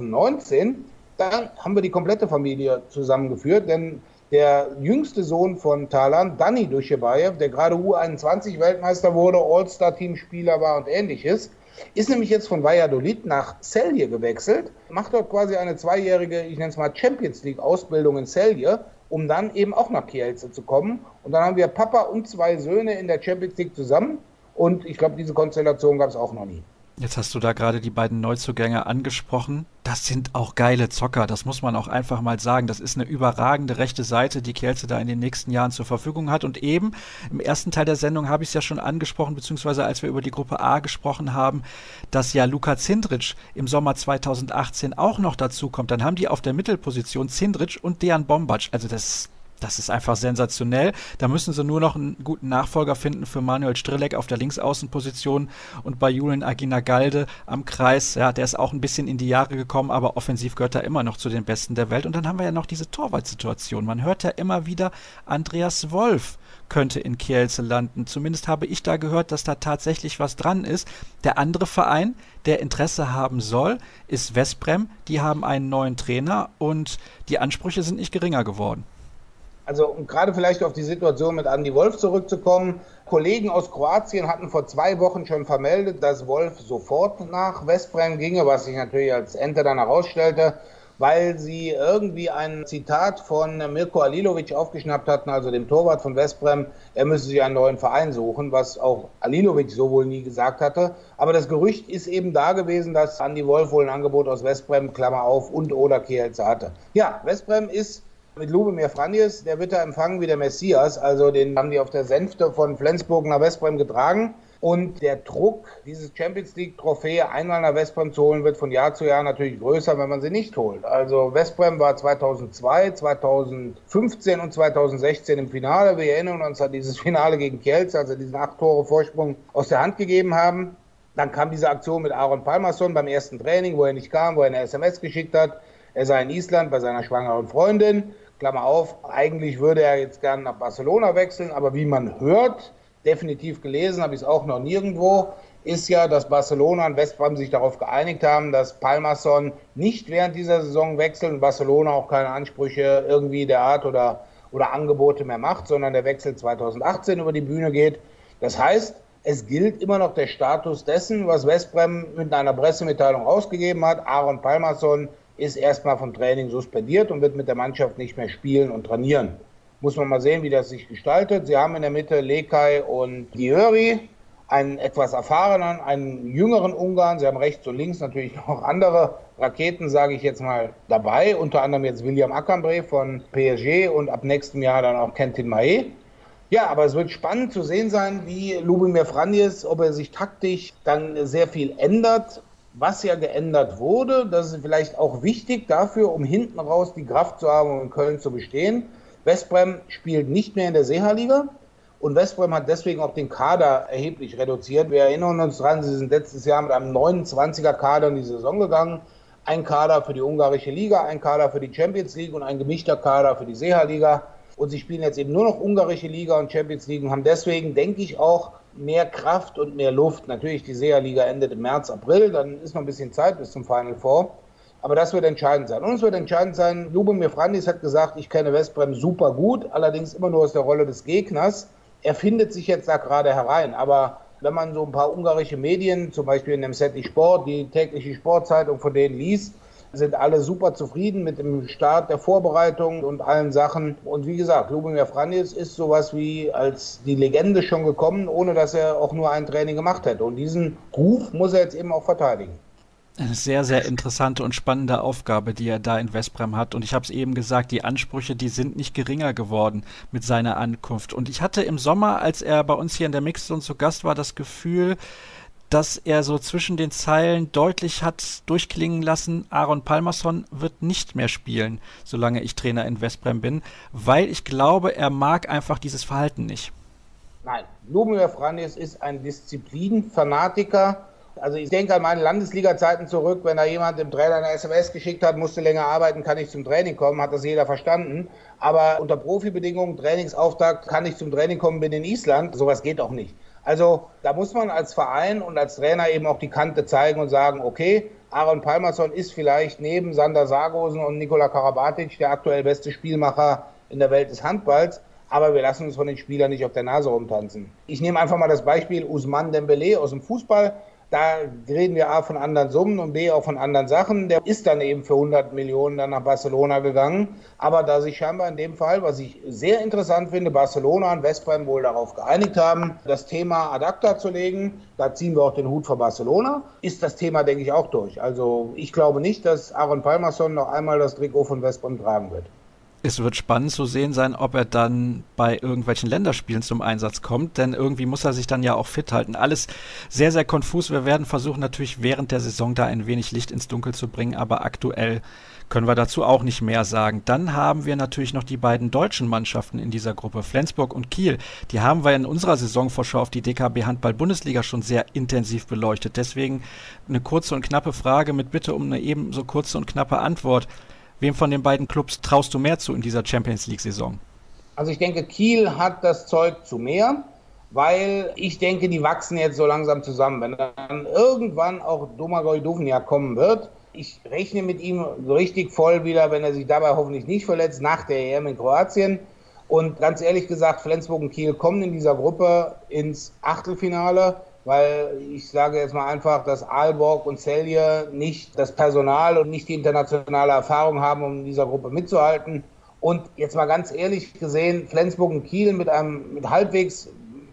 2019, dann haben wir die komplette Familie zusammengeführt, denn der jüngste Sohn von Talant, Dani Duschebaev, der gerade U21-Weltmeister wurde, All-Star-Teamspieler war und ähnliches, ist nämlich jetzt von Valladolid nach Celje gewechselt, macht dort quasi eine 2-jährige, ich nenne es mal Champions League-Ausbildung in Celje, um dann eben auch nach Kielce zu kommen. Und dann haben wir Papa und 2 Söhne in der Champions League zusammen. Und ich glaube, diese Konstellation gab es auch noch nie. Jetzt hast du da gerade die beiden Neuzugänge angesprochen. Das sind auch geile Zocker, das muss man auch einfach mal sagen. Das ist eine überragende rechte Seite, die Kielce da in den nächsten Jahren zur Verfügung hat. Und eben im ersten Teil der Sendung habe ich es ja schon angesprochen, beziehungsweise als wir über die Gruppe A gesprochen haben, dass ja Luka Cindric im Sommer 2018 auch noch dazu kommt. Dann haben die auf der Mittelposition Cindric und Dejan Bombac. Also das ist einfach sensationell. Da müssen sie nur noch einen guten Nachfolger finden für Manuel Strelec auf der Linksaußenposition und bei Julian Aguinagalde am Kreis. Ja, der ist auch ein bisschen in die Jahre gekommen, aber offensiv gehört er immer noch zu den Besten der Welt. Und dann haben wir ja noch diese Torwartsituation. Man hört ja immer wieder, Andreas Wolf könnte in Kielce landen. Zumindest habe ich da gehört, dass da tatsächlich was dran ist. Der andere Verein, der Interesse haben soll, ist Veszprem. Die haben einen neuen Trainer und die Ansprüche sind nicht geringer geworden. Also um gerade vielleicht auf die Situation mit Andi Wolf zurückzukommen, Kollegen aus Kroatien hatten vor 2 Wochen schon vermeldet, dass Wolf sofort nach Veszprem ginge, was sich natürlich als Ente dann herausstellte, weil sie irgendwie ein Zitat von Mirko Alilovic aufgeschnappt hatten, also dem Torwart von Veszprem, er müsse sich einen neuen Verein suchen, was auch Alilovic so wohl nie gesagt hatte. Aber das Gerücht ist eben da gewesen, dass Andi Wolf wohl ein Angebot aus Veszprem, Klammer auf, und oder Kielce hatte. Ja, Veszprem ist mit Lubomir Franjes, der wird da empfangen wie der Messias, also den haben die auf der Sänfte von Flensburg nach Veszprem getragen. Und der Druck, dieses Champions League-Trophäe einmal nach Veszprem zu holen, wird von Jahr zu Jahr natürlich größer, wenn man sie nicht holt. Also Veszprem war 2002, 2015 und 2016 im Finale. Wir erinnern uns an dieses Finale gegen Kielce, als sie diesen 8 Tore Vorsprung aus der Hand gegeben haben. Dann kam diese Aktion mit Aron Pálmarsson beim ersten Training, wo er nicht kam, wo er eine SMS geschickt hat. Er sei in Island bei seiner schwangeren Freundin. Klammer auf, eigentlich würde er jetzt gerne nach Barcelona wechseln, aber wie man hört, definitiv gelesen, habe ich es auch noch nirgendwo, ist ja, dass Barcelona und Veszprem sich darauf geeinigt haben, dass Pálmarsson nicht während dieser Saison wechselt und Barcelona auch keine Ansprüche irgendwie der Art oder Angebote mehr macht, sondern der Wechsel 2018 über die Bühne geht. Das heißt, es gilt immer noch der Status dessen, was Veszprem mit einer Pressemitteilung ausgegeben hat. Aron Pálmarsson ist erstmal vom Training suspendiert und wird mit der Mannschaft nicht mehr spielen und trainieren. Muss man mal sehen, wie das sich gestaltet. Sie haben in der Mitte Lekaj und Győri, einen etwas erfahrenen, einen jüngeren Ungarn. Sie haben rechts und links natürlich noch andere Raketen, sage ich jetzt mal, dabei. Unter anderem jetzt William Akambre von PSG und ab nächstem Jahr dann auch Kentin Mahé. Ja, aber es wird spannend zu sehen sein, wie Lubomir Franjes, ob er sich taktisch dann sehr viel ändert. Was ja geändert wurde, das ist vielleicht auch wichtig dafür, um hinten raus die Kraft zu haben, um in Köln zu bestehen. Veszprem spielt nicht mehr in der Seeha-Liga und Veszprem hat deswegen auch den Kader erheblich reduziert. Wir erinnern uns dran, sie sind letztes Jahr mit einem 29er-Kader in die Saison gegangen. Ein Kader für die ungarische Liga, ein Kader für die Champions League und ein gemischter Kader für die Seeha-Liga. Und sie spielen jetzt eben nur noch ungarische Liga und Champions League und haben deswegen, denke ich, auch mehr Kraft und mehr Luft. Natürlich, die Seeha-Liga endet im März, April, dann ist noch ein bisschen Zeit bis zum Final Four. Aber das wird entscheidend sein. Und es wird entscheidend sein, Lubomir Franjes hat gesagt, ich kenne Veszprem super gut, allerdings immer nur aus der Rolle des Gegners. Er findet sich jetzt da gerade herein. Aber wenn man so ein paar ungarische Medien, zum Beispiel in dem Nemzeti Sport, die tägliche Sportzeitung von denen liest, sind alle super zufrieden mit dem Start der Vorbereitung und allen Sachen. Und wie gesagt, Lubomir Franjes ist sowas wie als die Legende schon gekommen, ohne dass er auch nur ein Training gemacht hätte. Und diesen Ruf muss er jetzt eben auch verteidigen. Eine sehr, sehr interessante und spannende Aufgabe, die er da in Veszprem hat. Und ich habe es eben gesagt, die Ansprüche, die sind nicht geringer geworden mit seiner Ankunft. Und ich hatte im Sommer, als er bei uns hier in der Mixzone zu Gast war, das Gefühl, dass er so zwischen den Zeilen deutlich hat durchklingen lassen, Aron Pálmarsson wird nicht mehr spielen, solange ich Trainer in Veszprem bin, weil ich glaube, er mag einfach dieses Verhalten nicht. Nein, Lubomir Vranjes ist ein Disziplinfanatiker. Also ich denke an meine Landesliga-Zeiten zurück, wenn da jemand dem Trainer eine SMS geschickt hat, musste länger arbeiten, kann ich zum Training kommen, hat das jeder verstanden. Aber unter Profibedingungen, Trainingsauftakt, kann ich zum Training kommen, bin in Island, sowas geht auch nicht. Also da muss man als Verein und als Trainer eben auch die Kante zeigen und sagen, okay, Aaron Pálmarsson ist vielleicht neben Sander Sargosen und Nikola Karabatic der aktuell beste Spielmacher in der Welt des Handballs. Aber wir lassen uns von den Spielern nicht auf der Nase rumtanzen. Ich nehme einfach mal das Beispiel Ousmane Dembélé aus dem Fußball. Da reden wir A von anderen Summen und B auch von anderen Sachen. Der ist dann eben für 100 Millionen dann nach Barcelona gegangen. Aber da sich scheinbar in dem Fall, was ich sehr interessant finde, Barcelona und West Ham wohl darauf geeinigt haben, das Thema ad acta zu legen, da ziehen wir auch den Hut vor Barcelona, ist das Thema, denke ich, auch durch. Also ich glaube nicht, dass Aaron Pálmarsson noch einmal das Trikot von West Ham tragen wird. Es wird spannend zu sehen sein, ob er dann bei irgendwelchen Länderspielen zum Einsatz kommt, denn irgendwie muss er sich dann ja auch fit halten. Alles sehr, sehr konfus. Wir werden versuchen natürlich während der Saison da ein wenig Licht ins Dunkel zu bringen, aber aktuell können wir dazu auch nicht mehr sagen. Dann haben wir natürlich noch die beiden deutschen Mannschaften in dieser Gruppe, Flensburg und Kiel. Die haben wir in unserer Saisonvorschau auf die DKB Handball-Bundesliga schon sehr intensiv beleuchtet. Deswegen eine kurze und knappe Frage mit Bitte um eine ebenso kurze und knappe Antwort. Wem von den beiden Clubs traust du mehr zu in dieser Champions-League-Saison? Also ich denke, Kiel hat das Zeug zu mehr, weil ich denke, die wachsen jetzt so langsam zusammen. Wenn dann irgendwann auch Domagoj Duvnjak kommen wird, ich rechne mit ihm so richtig voll wieder, wenn er sich dabei hoffentlich nicht verletzt, nach der EM in Kroatien. Und ganz ehrlich gesagt, Flensburg und Kiel kommen in dieser Gruppe ins Achtelfinale, weil ich sage jetzt mal einfach, dass Aalborg und Celje nicht das Personal und nicht die internationale Erfahrung haben, um in dieser Gruppe mitzuhalten. Und jetzt mal ganz ehrlich gesehen, Flensburg und Kiel mit halbwegs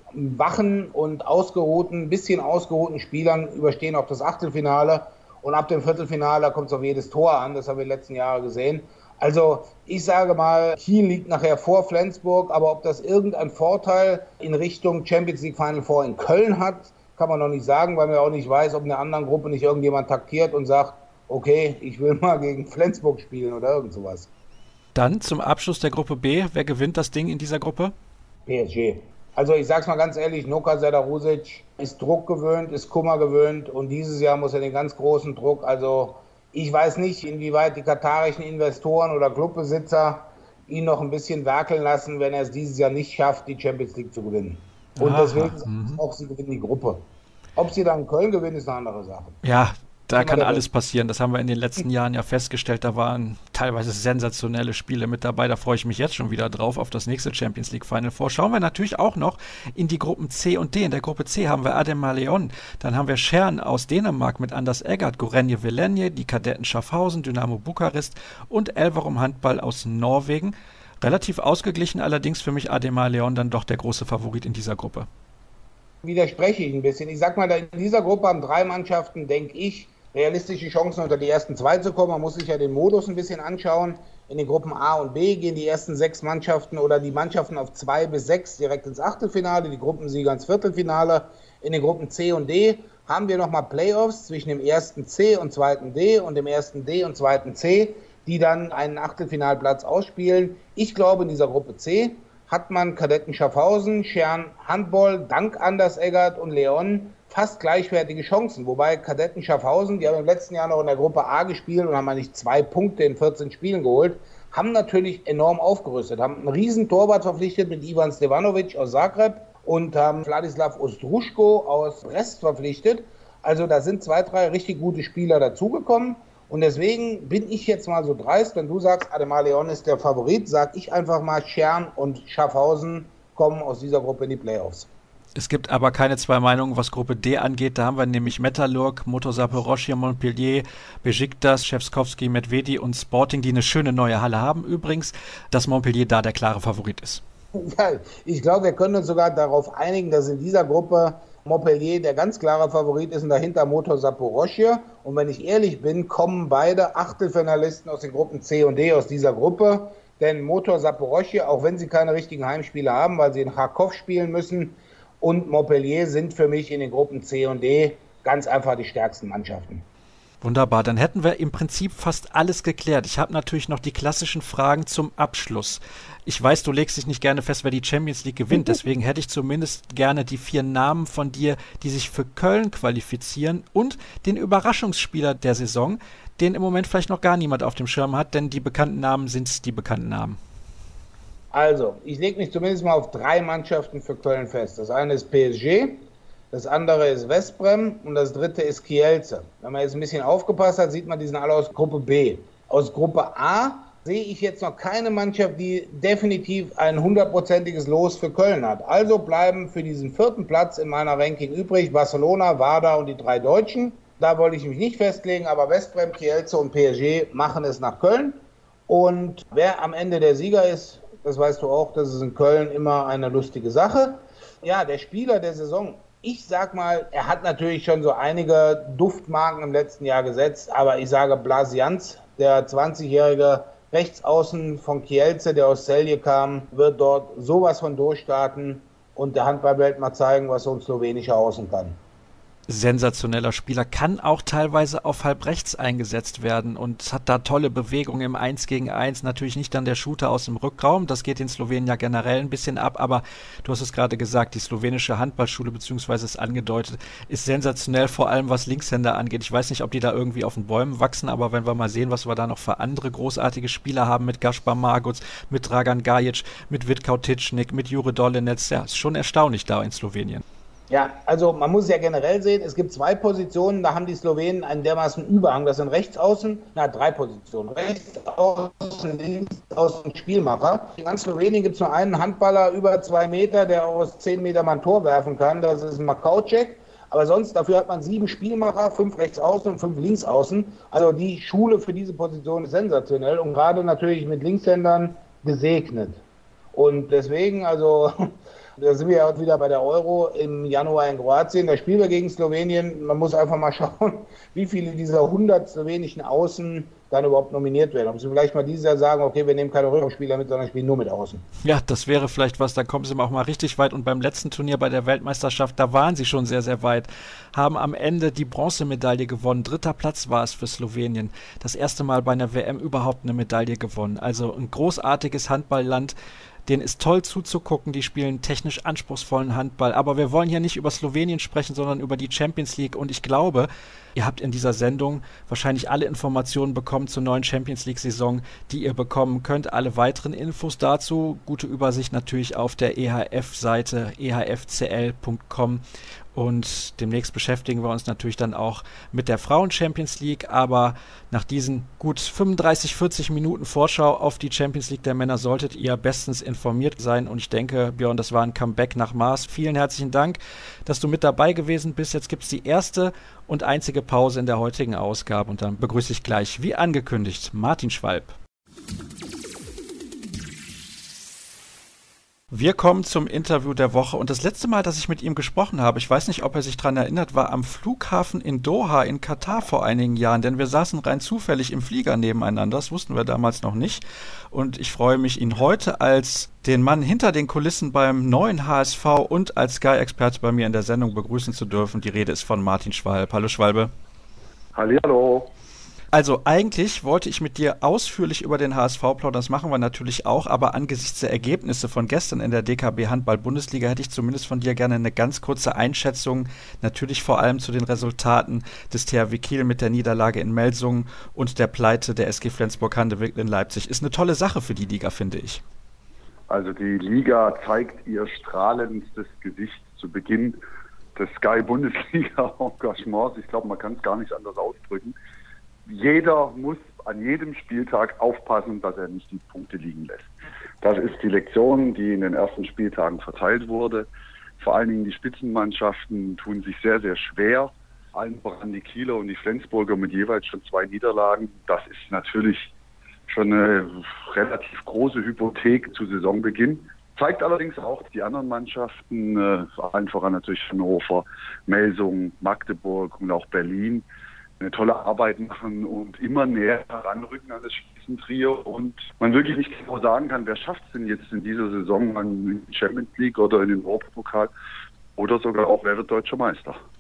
wachen und ausgeruhten, bisschen ausgeruhten Spielern überstehen auch das Achtelfinale. Und ab dem Viertelfinale kommt es auf jedes Tor an, das haben wir in den letzten Jahren gesehen. Also ich sage mal, Kiel liegt nachher vor Flensburg, aber ob das irgendeinen Vorteil in Richtung Champions League Final Four in Köln hat, kann man noch nicht sagen, weil man auch nicht weiß, ob in der anderen Gruppe nicht irgendjemand taktiert und sagt, okay, ich will mal gegen Flensburg spielen oder irgend sowas. Dann zum Abschluss der Gruppe B. Wer gewinnt das Ding in dieser Gruppe? PSG. Also ich sag's mal ganz ehrlich, Noka Selarusic ist Druck gewöhnt, ist Kummer gewöhnt und dieses Jahr muss er den ganz großen Druck, also ich weiß nicht, inwieweit die katarischen Investoren oder Clubbesitzer ihn noch ein bisschen werkeln lassen, wenn er es dieses Jahr nicht schafft, die Champions League zu gewinnen. Und deswegen auch sie gewinnen die Gruppe. Ob sie dann in Köln gewinnen, ist eine andere Sache. Ja, da kann alles passieren. Das haben wir in den letzten Jahren ja festgestellt. Da waren teilweise sensationelle Spiele mit dabei. Da freue ich mich jetzt schon wieder drauf auf das nächste Champions League Final Four. Schauen wir natürlich auch noch in die Gruppen C und D. In der Gruppe C haben wir Ademar Leon. Dann haben wir Schern aus Dänemark mit Anders Eggert, Gorenje Velenje, die Kadetten Schaffhausen, Dynamo Bukarest und Elverum Handball aus Norwegen. Relativ ausgeglichen, allerdings für mich Ademar Leon dann doch der große Favorit in dieser Gruppe. Widerspreche ich ein bisschen. Ich sag mal, in dieser Gruppe haben 3 Mannschaften, denke ich, realistische Chancen unter die ersten 2 zu kommen. Man muss sich ja den Modus ein bisschen anschauen. In den Gruppen A und B gehen die ersten 6 Mannschaften oder die Mannschaften auf 2 bis 6 direkt ins Achtelfinale, die Gruppensieger ins Viertelfinale. In den Gruppen C und D haben wir nochmal Playoffs zwischen dem ersten C und zweiten D und dem ersten D und zweiten C, die dann einen Achtelfinalplatz ausspielen. Ich glaube, in dieser Gruppe C hat man Kadetten Schaffhausen, Schern Handball, dank Anders Eggert und Leon fast gleichwertige Chancen. Wobei Kadetten Schaffhausen, die haben im letzten Jahr noch in der Gruppe A gespielt und haben eigentlich 2 Punkte in 14 Spielen geholt, haben natürlich enorm aufgerüstet, haben einen riesen Torwart verpflichtet mit Ivan Stevanovic aus Zagreb und haben Vladislav Ostruschko aus Brest verpflichtet. Also da sind 2, 3 richtig gute Spieler dazugekommen. Und deswegen bin ich jetzt mal so dreist, wenn du sagst, Ademar Leon ist der Favorit, sag ich einfach mal, Schern und Schaffhausen kommen aus dieser Gruppe in die Playoffs. Es gibt aber keine 2 Meinungen, was Gruppe D angeht. Da haben wir nämlich Metallurg, Motor Zaporozhye, Montpellier, Besiktas, Schewskowski, Medvedi und Sporting, die eine schöne neue Halle haben. Übrigens, dass Montpellier da der klare Favorit ist. Ja, ich glaube, wir können uns sogar darauf einigen, dass in dieser Gruppe Montpellier der ganz klare Favorit ist und dahinter Motor Zaporozhye. Und wenn ich ehrlich bin, kommen beide Achtelfinalisten aus den Gruppen C und D aus dieser Gruppe. Denn Motor Zaporozhye, auch wenn sie keine richtigen Heimspiele haben, weil sie in Charkow spielen müssen, und Montpellier sind für mich in den Gruppen C und D ganz einfach die stärksten Mannschaften. Wunderbar, dann hätten wir im Prinzip fast alles geklärt. Ich habe natürlich noch die klassischen Fragen zum Abschluss. Ich weiß, du legst dich nicht gerne fest, wer die Champions League gewinnt. Deswegen hätte ich zumindest gerne die 4 Namen von dir, die sich für Köln qualifizieren und den Überraschungsspieler der Saison, den im Moment vielleicht noch gar niemand auf dem Schirm hat, denn die bekannten Namen sind die bekannten Namen. Also, ich lege mich zumindest mal auf 3 Mannschaften für Köln fest. Das eine ist PSG, das andere ist Westbrem und das dritte ist Kielce. Wenn man jetzt ein bisschen aufgepasst hat, sieht man, die sind alle aus Gruppe B. Aus Gruppe A sehe ich jetzt noch keine Mannschaft, die definitiv ein 100%iges Los für Köln hat. Also bleiben für diesen 4. Platz in meiner Ranking übrig Barcelona, Wada und die 3 Deutschen. Da wollte ich mich nicht festlegen, aber Westbrem, Kielce und PSG machen es nach Köln. Und wer am Ende der Sieger ist, das weißt du auch, das ist in Köln immer eine lustige Sache. Ja, der Spieler der Saison. Ich sag mal, er hat natürlich schon so einige Duftmarken im letzten Jahr gesetzt, aber ich sage Blasianz, der 20-jährige Rechtsaußen von Kielce, der aus Celje kam, wird dort sowas von durchstarten und der Handballwelt mal zeigen, was so ein slowenischer Außen kann. Sensationeller Spieler, kann auch teilweise auf halb rechts eingesetzt werden und hat da tolle Bewegungen im 1 gegen 1. Natürlich nicht dann der Shooter aus dem Rückraum, das geht in Slowenien ja generell ein bisschen ab, aber du hast es gerade gesagt, die slowenische Handballschule, beziehungsweise es angedeutet, ist sensationell, vor allem was Linkshänder angeht. Ich weiß nicht, ob die da irgendwie auf den Bäumen wachsen, aber wenn wir mal sehen, was wir da noch für andere großartige Spieler haben, mit Gaspar Marguc, mit Dragan Gajic, mit Vitkau Tičnik, mit Jure Dolenec, ja, ist schon erstaunlich da in Slowenien. Ja, also man muss es ja generell sehen, es gibt 2 Positionen, da haben die Slowenen einen dermaßen Überhang. Das sind Rechtsaußen, 3 Positionen. Rechtsaußen, Linksaußen, Spielmacher. In ganz Slowenien gibt es nur einen Handballer über 2 Meter, der aus 10 Metern mal ein Tor werfen kann. Das ist Makauček. Aber sonst, dafür hat man 7 Spielmacher, 5 Rechtsaußen und 5 Linksaußen. Also die Schule für diese Position ist sensationell und gerade natürlich mit Linkshändern gesegnet. Und deswegen, also da sind wir ja heute wieder bei der Euro im Januar in Kroatien. Da spielen wir gegen Slowenien. Man muss einfach mal schauen, wie viele dieser 100 slowenischen Außen dann überhaupt nominiert werden. Ob sie vielleicht mal dieses Jahr sagen, okay, wir nehmen keine Rückraumspieler mit, sondern spielen nur mit Außen. Ja, das wäre vielleicht was, da kommen sie auch mal richtig weit. Und beim letzten Turnier bei der Weltmeisterschaft, da waren sie schon sehr, sehr weit. Haben am Ende die Bronzemedaille gewonnen. 3. Platz war es für Slowenien. Das erste Mal bei einer WM überhaupt eine Medaille gewonnen. Also ein großartiges Handballland. Denen ist toll zuzugucken, die spielen technisch anspruchsvollen Handball. Aber wir wollen hier nicht über Slowenien sprechen, sondern über die Champions League. Und ich glaube, ihr habt in dieser Sendung wahrscheinlich alle Informationen bekommen zur neuen Champions League-Saison, die ihr bekommen könnt. Alle weiteren Infos dazu, gute Übersicht natürlich auf der EHF-Seite ehfcl.com. Und demnächst beschäftigen wir uns natürlich dann auch mit der Frauen-Champions League. Aber nach diesen gut 35, 40 Minuten Vorschau auf die Champions League der Männer solltet ihr bestens informiert sein. Und ich denke, Björn, das war ein Comeback nach Maß. Vielen herzlichen Dank, dass du mit dabei gewesen bist. Jetzt gibt es die erste und einzige Pause in der heutigen Ausgabe. Und dann begrüße ich gleich, wie angekündigt, Martin Schwalb. Wir kommen zum Interview der Woche und das letzte Mal, dass ich mit ihm gesprochen habe, ich weiß nicht, ob er sich daran erinnert, war am Flughafen in Doha in Katar vor einigen Jahren, denn wir saßen rein zufällig im Flieger nebeneinander, das wussten wir damals noch nicht und ich freue mich, ihn heute als den Mann hinter den Kulissen beim neuen HSV und als Sky-Experte bei mir in der Sendung begrüßen zu dürfen. Die Rede ist von Martin Schwalb. Hallo Schwalbe. Hallihallo. Also eigentlich wollte ich mit dir ausführlich über den HSV plaudern, das machen wir natürlich auch, aber angesichts der Ergebnisse von gestern in der DKB Handball-Bundesliga hätte ich zumindest von dir gerne eine ganz kurze Einschätzung, natürlich vor allem zu den Resultaten des THW Kiel mit der Niederlage in Melsungen und der Pleite der SG Flensburg-Handewitt in Leipzig. Ist eine tolle Sache für die Liga, finde ich. Also die Liga zeigt ihr strahlendstes Gesicht zu Beginn des Sky-Bundesliga-Engagements. Ich glaube, man kann es gar nicht anders ausdrücken. Jeder muss an jedem Spieltag aufpassen, dass er nicht die Punkte liegen lässt. Das ist die Lektion, die in den ersten Spieltagen verteilt wurde. Vor allen Dingen die Spitzenmannschaften tun sich sehr, sehr schwer. Allen voran die Kieler und die Flensburger mit jeweils schon 2 Niederlagen. Das ist natürlich schon eine relativ große Hypothek zu Saisonbeginn. Zeigt allerdings auch die anderen Mannschaften, allen voran natürlich Hannover, Melsungen, Magdeburg und auch Berlin, eine tolle Arbeit machen und immer näher heranrücken an das Spitzentrio und man wirklich nicht genau sagen kann, wer schafft es denn jetzt in dieser Saison in die Champions League oder in den Europapokal oder sogar auch, wer wird Deutscher Meister.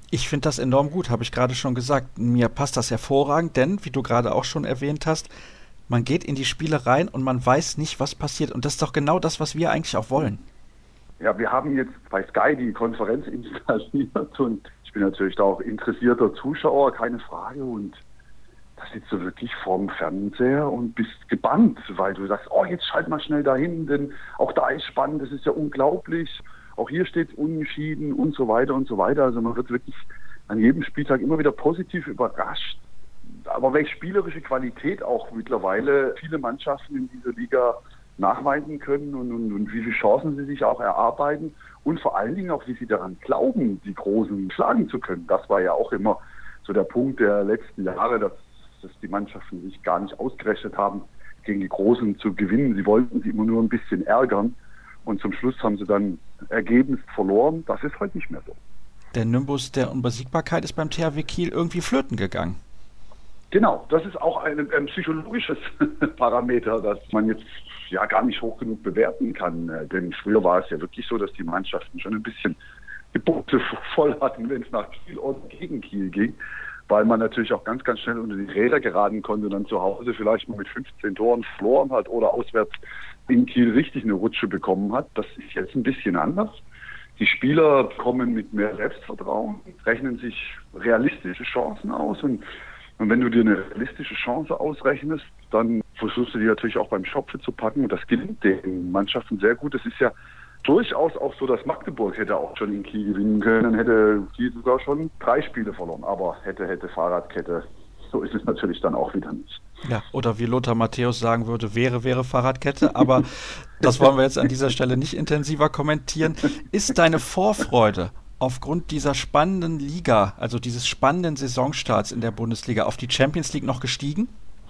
Ich finde das enorm gut, habe ich gerade schon gesagt. Mir passt das hervorragend, denn, wie du gerade auch schon erwähnt hast, man geht in die Spiele rein und man weiß nicht, was passiert. Und das ist doch genau das, was wir eigentlich auch wollen. Ja, wir haben jetzt bei Sky die Konferenz installiert und ich bin natürlich da auch interessierter Zuschauer, keine Frage. Und da sitzt du wirklich vorm Fernseher und bist gebannt, weil du sagst, oh, jetzt schalt mal schnell dahin, denn auch da ist spannend, das ist ja unglaublich. Auch hier steht unentschieden und so weiter und so weiter. Also man wird wirklich an jedem Spieltag immer wieder positiv überrascht. Aber welche spielerische Qualität auch mittlerweile viele Mannschaften in dieser Liga nachweisen können und wie viele Chancen sie sich auch erarbeiten und vor allen Dingen auch, wie sie daran glauben, die Großen schlagen zu können. Das war ja auch immer so der Punkt der letzten Jahre, dass die Mannschaften sich gar nicht ausgerechnet haben, gegen die Großen zu gewinnen. Sie wollten sie immer nur ein bisschen ärgern und zum Schluss haben sie dann Ergebnis verloren. Das ist heute nicht mehr so. Der Nimbus der Unbesiegbarkeit ist beim THW Kiel irgendwie flöten gegangen. Genau, das ist auch ein psychologisches Parameter, das man jetzt ja gar nicht hoch genug bewerten kann. Denn früher war es ja wirklich so, dass die Mannschaften schon ein bisschen die Punkte voll hatten, wenn es nach Kiel oder gegen Kiel ging, weil man natürlich auch ganz, ganz schnell unter die Räder geraten konnte und dann zu Hause vielleicht mal mit 15 Toren verloren hat oder auswärts in Kiel richtig eine Rutsche bekommen hat. Das ist jetzt ein bisschen anders. Die Spieler kommen mit mehr Selbstvertrauen, rechnen sich realistische Chancen aus und wenn du dir eine realistische Chance ausrechnest, dann versuchst du die natürlich auch beim Schopfe zu packen und das gelingt den Mannschaften sehr gut. Es ist ja durchaus auch so, dass Magdeburg hätte auch schon in Kiel gewinnen können, dann hätte Kiel sogar schon 3 Spiele verloren, aber hätte Fahrradkette. So ist es natürlich dann auch wieder nicht. Ja, oder wie Lothar Matthäus sagen würde, wäre Fahrradkette, aber das wollen wir jetzt an dieser Stelle nicht intensiver kommentieren. Ist deine Vorfreude aufgrund dieser spannenden Liga, also dieses spannenden Saisonstarts in der Bundesliga, auf die Champions League noch gestiegen?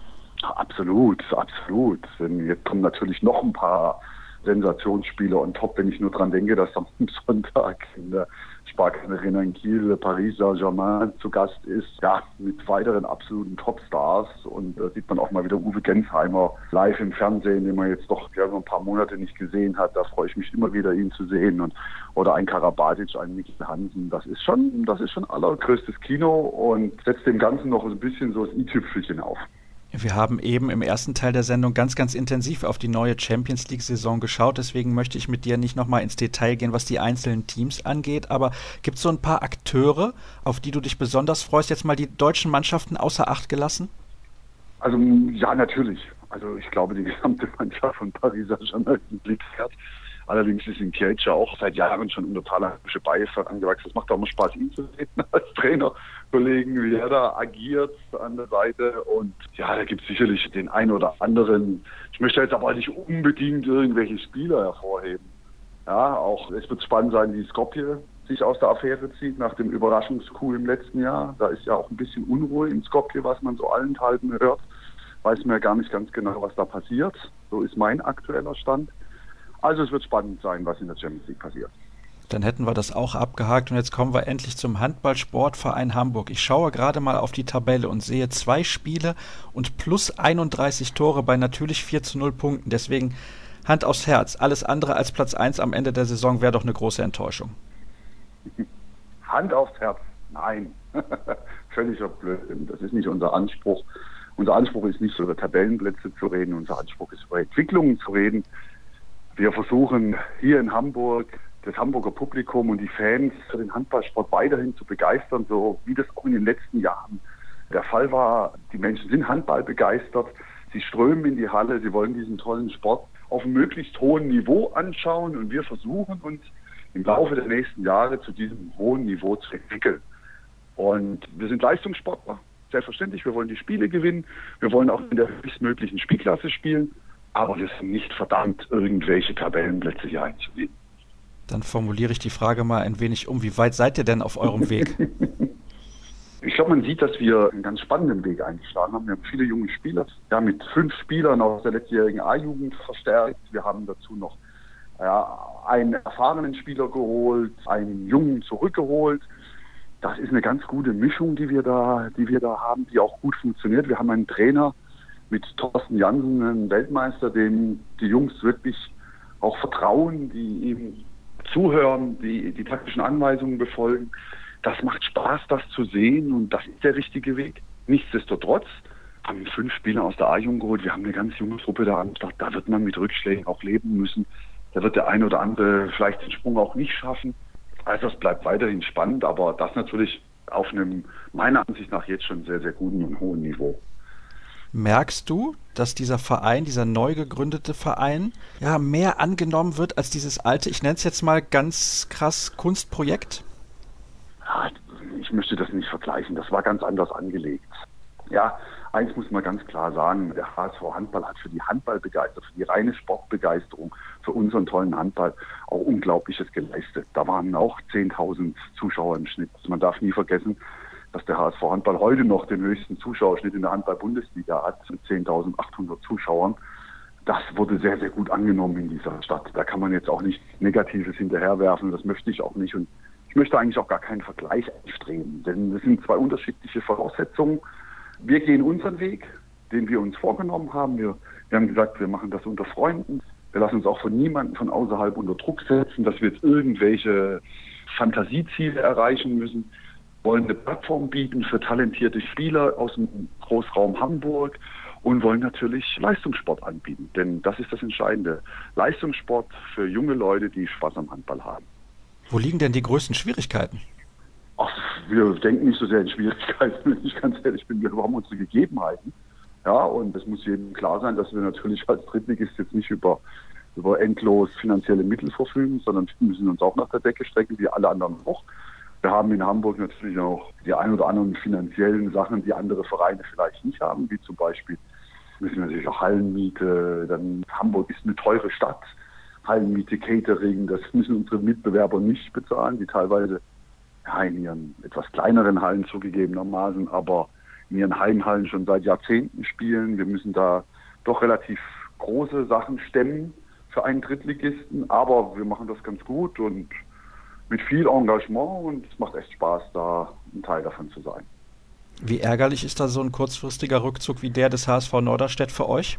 Absolut, absolut. Denn jetzt kommen natürlich noch ein paar Sensationsspiele on top, wenn ich nur dran denke, dass am Sonntag in der Sparkasse Arena in Kiel Paris Saint-Germain zu Gast ist, ja, mit weiteren absoluten Topstars. Und da sieht man auch mal wieder Uwe Gensheimer live im Fernsehen, den man jetzt doch ein paar Monate nicht gesehen hat. Da freue ich mich immer wieder, ihn zu sehen. Oder ein Karabatic, ein Mikkel Hansen. Das ist schon allergrößtes Kino und setzt dem Ganzen noch ein bisschen so das i-Tüpfelchen auf. Wir haben eben im ersten Teil der Sendung ganz, ganz intensiv auf die neue Champions-League-Saison geschaut. Deswegen möchte ich mit dir nicht nochmal ins Detail gehen, was die einzelnen Teams angeht. Aber gibt es so ein paar Akteure, auf die du dich besonders freust? Jetzt mal die deutschen Mannschaften außer Acht gelassen? Also ja, natürlich. Also ich glaube, die gesamte Mannschaft von Paris Saint-Germain ist ein Blitzwert. Allerdings ist in Kielce auch seit Jahren schon unter thailändische Beifall angewachsen. Es macht auch immer Spaß, ihn zu sehen als Trainerkollegen, wie er da agiert an der Seite. Und ja, da gibt es sicherlich den einen oder anderen. Ich möchte jetzt aber nicht unbedingt irgendwelche Spieler hervorheben. Ja, auch es wird spannend sein, wie Skopje sich aus der Affäre zieht nach dem Überraschungscoup im letzten Jahr. Da ist ja auch ein bisschen Unruhe in Skopje, was man so allenthalben hört. Weiß mir gar nicht ganz genau, was da passiert. So ist mein aktueller Stand. Also es wird spannend sein, was in der Champions League passiert. Dann hätten wir das auch abgehakt und jetzt kommen wir endlich zum Handball-Sportverein Hamburg. Ich schaue gerade mal auf die Tabelle und sehe 2 Spiele und plus 31 Tore bei natürlich 4:0 Punkten. Deswegen Hand aufs Herz. Alles andere als Platz 1 am Ende der Saison wäre doch eine große Enttäuschung. Hand aufs Herz? Nein. Völliger Blödsinn. Das ist nicht unser Anspruch. Unser Anspruch ist nicht, über Tabellenplätze zu reden. Unser Anspruch ist, über Entwicklungen zu reden. Wir versuchen hier in Hamburg das Hamburger Publikum und die Fans für den Handballsport weiterhin zu begeistern, so wie das auch in den letzten Jahren der Fall war. Die Menschen sind Handball begeistert, sie strömen in die Halle, sie wollen diesen tollen Sport auf einem möglichst hohen Niveau anschauen und wir versuchen uns im Laufe der nächsten Jahre zu diesem hohen Niveau zu entwickeln. Und wir sind Leistungssportler, selbstverständlich, wir wollen die Spiele gewinnen, wir wollen auch in der höchstmöglichen Spielklasse spielen. Aber wir sind nicht verdammt, irgendwelche Tabellenplätze hier einzunehmen. Dann formuliere ich die Frage mal ein wenig um. Wie weit seid ihr denn auf eurem Weg? Ich glaube, man sieht, dass wir einen ganz spannenden Weg eingeschlagen haben. Wir haben viele junge Spieler. Wir haben mit 5 Spielern aus der letztjährigen A-Jugend verstärkt. Wir haben dazu noch einen erfahrenen Spieler geholt, einen Jungen zurückgeholt. Das ist eine ganz gute Mischung, die wir da haben, die auch gut funktioniert. Wir haben einen Trainer mit Thorsten Jansen, einem Weltmeister, dem die Jungs wirklich auch vertrauen, die ihm zuhören, die taktischen Anweisungen befolgen. Das macht Spaß, das zu sehen und das ist der richtige Weg. Nichtsdestotrotz haben wir 5 Spieler aus der A-Jugend geholt. Wir haben eine ganz junge Truppe da am Start. Da wird man mit Rückschlägen auch leben müssen. Da wird der eine oder andere vielleicht den Sprung auch nicht schaffen. Also es bleibt weiterhin spannend, aber das natürlich auf einem, meiner Ansicht nach, jetzt schon sehr, sehr guten und hohen Niveau. Merkst du, dass dieser Verein, dieser neu gegründete Verein, ja, mehr angenommen wird als dieses alte, ich nenne es jetzt mal ganz krass, Kunstprojekt? Ja, ich möchte das nicht vergleichen. Das war ganz anders angelegt. Ja, eins muss man ganz klar sagen, der HSV Handball hat für die Handballbegeisterung, für die reine Sportbegeisterung, für unseren tollen Handball auch Unglaubliches geleistet. Da waren auch 10.000 Zuschauer im Schnitt. Man darf nie vergessen, dass der HSV Handball heute noch den höchsten Zuschauerschnitt in der Handball-Bundesliga hat, mit 10.800 Zuschauern. Das wurde sehr, sehr gut angenommen in dieser Stadt. Da kann man jetzt auch nichts Negatives hinterherwerfen, das möchte ich auch nicht. Und ich möchte eigentlich auch gar keinen Vergleich anstreben, denn das sind 2 unterschiedliche Voraussetzungen. Wir gehen unseren Weg, den wir uns vorgenommen haben. Wir haben gesagt, wir machen das unter Freunden. Wir lassen uns auch von niemandem von außerhalb unter Druck setzen, dass wir jetzt irgendwelche Fantasieziele erreichen müssen. Wir wollen eine Plattform bieten für talentierte Spieler aus dem Großraum Hamburg und wollen natürlich Leistungssport anbieten. Denn das ist das Entscheidende. Leistungssport für junge Leute, die Spaß am Handball haben. Wo liegen denn die größten Schwierigkeiten? Ach, wir denken nicht so sehr in Schwierigkeiten, wenn ich ganz ehrlich bin. Wir haben unsere Gegebenheiten. Ja, und es muss jedem klar sein, dass wir natürlich als Drittligist jetzt nicht über endlos finanzielle Mittel verfügen, sondern wir müssen uns auch nach der Decke strecken, wie alle anderen auch. Wir haben in Hamburg natürlich auch die ein oder anderen finanziellen Sachen, die andere Vereine vielleicht nicht haben, wie zum Beispiel müssen wir natürlich auch Hallenmiete. Dann Hamburg ist eine teure Stadt. Hallenmiete, Catering, das müssen unsere Mitbewerber nicht bezahlen, die teilweise in ihren etwas kleineren Hallen zugegebenermaßen, aber in ihren Heimhallen schon seit Jahrzehnten spielen. Wir müssen da doch relativ große Sachen stemmen für einen Drittligisten, aber wir machen das ganz gut und mit viel Engagement und es macht echt Spaß, da ein Teil davon zu sein. Wie ärgerlich ist da so ein kurzfristiger Rückzug wie der des HSV Norderstedt für euch?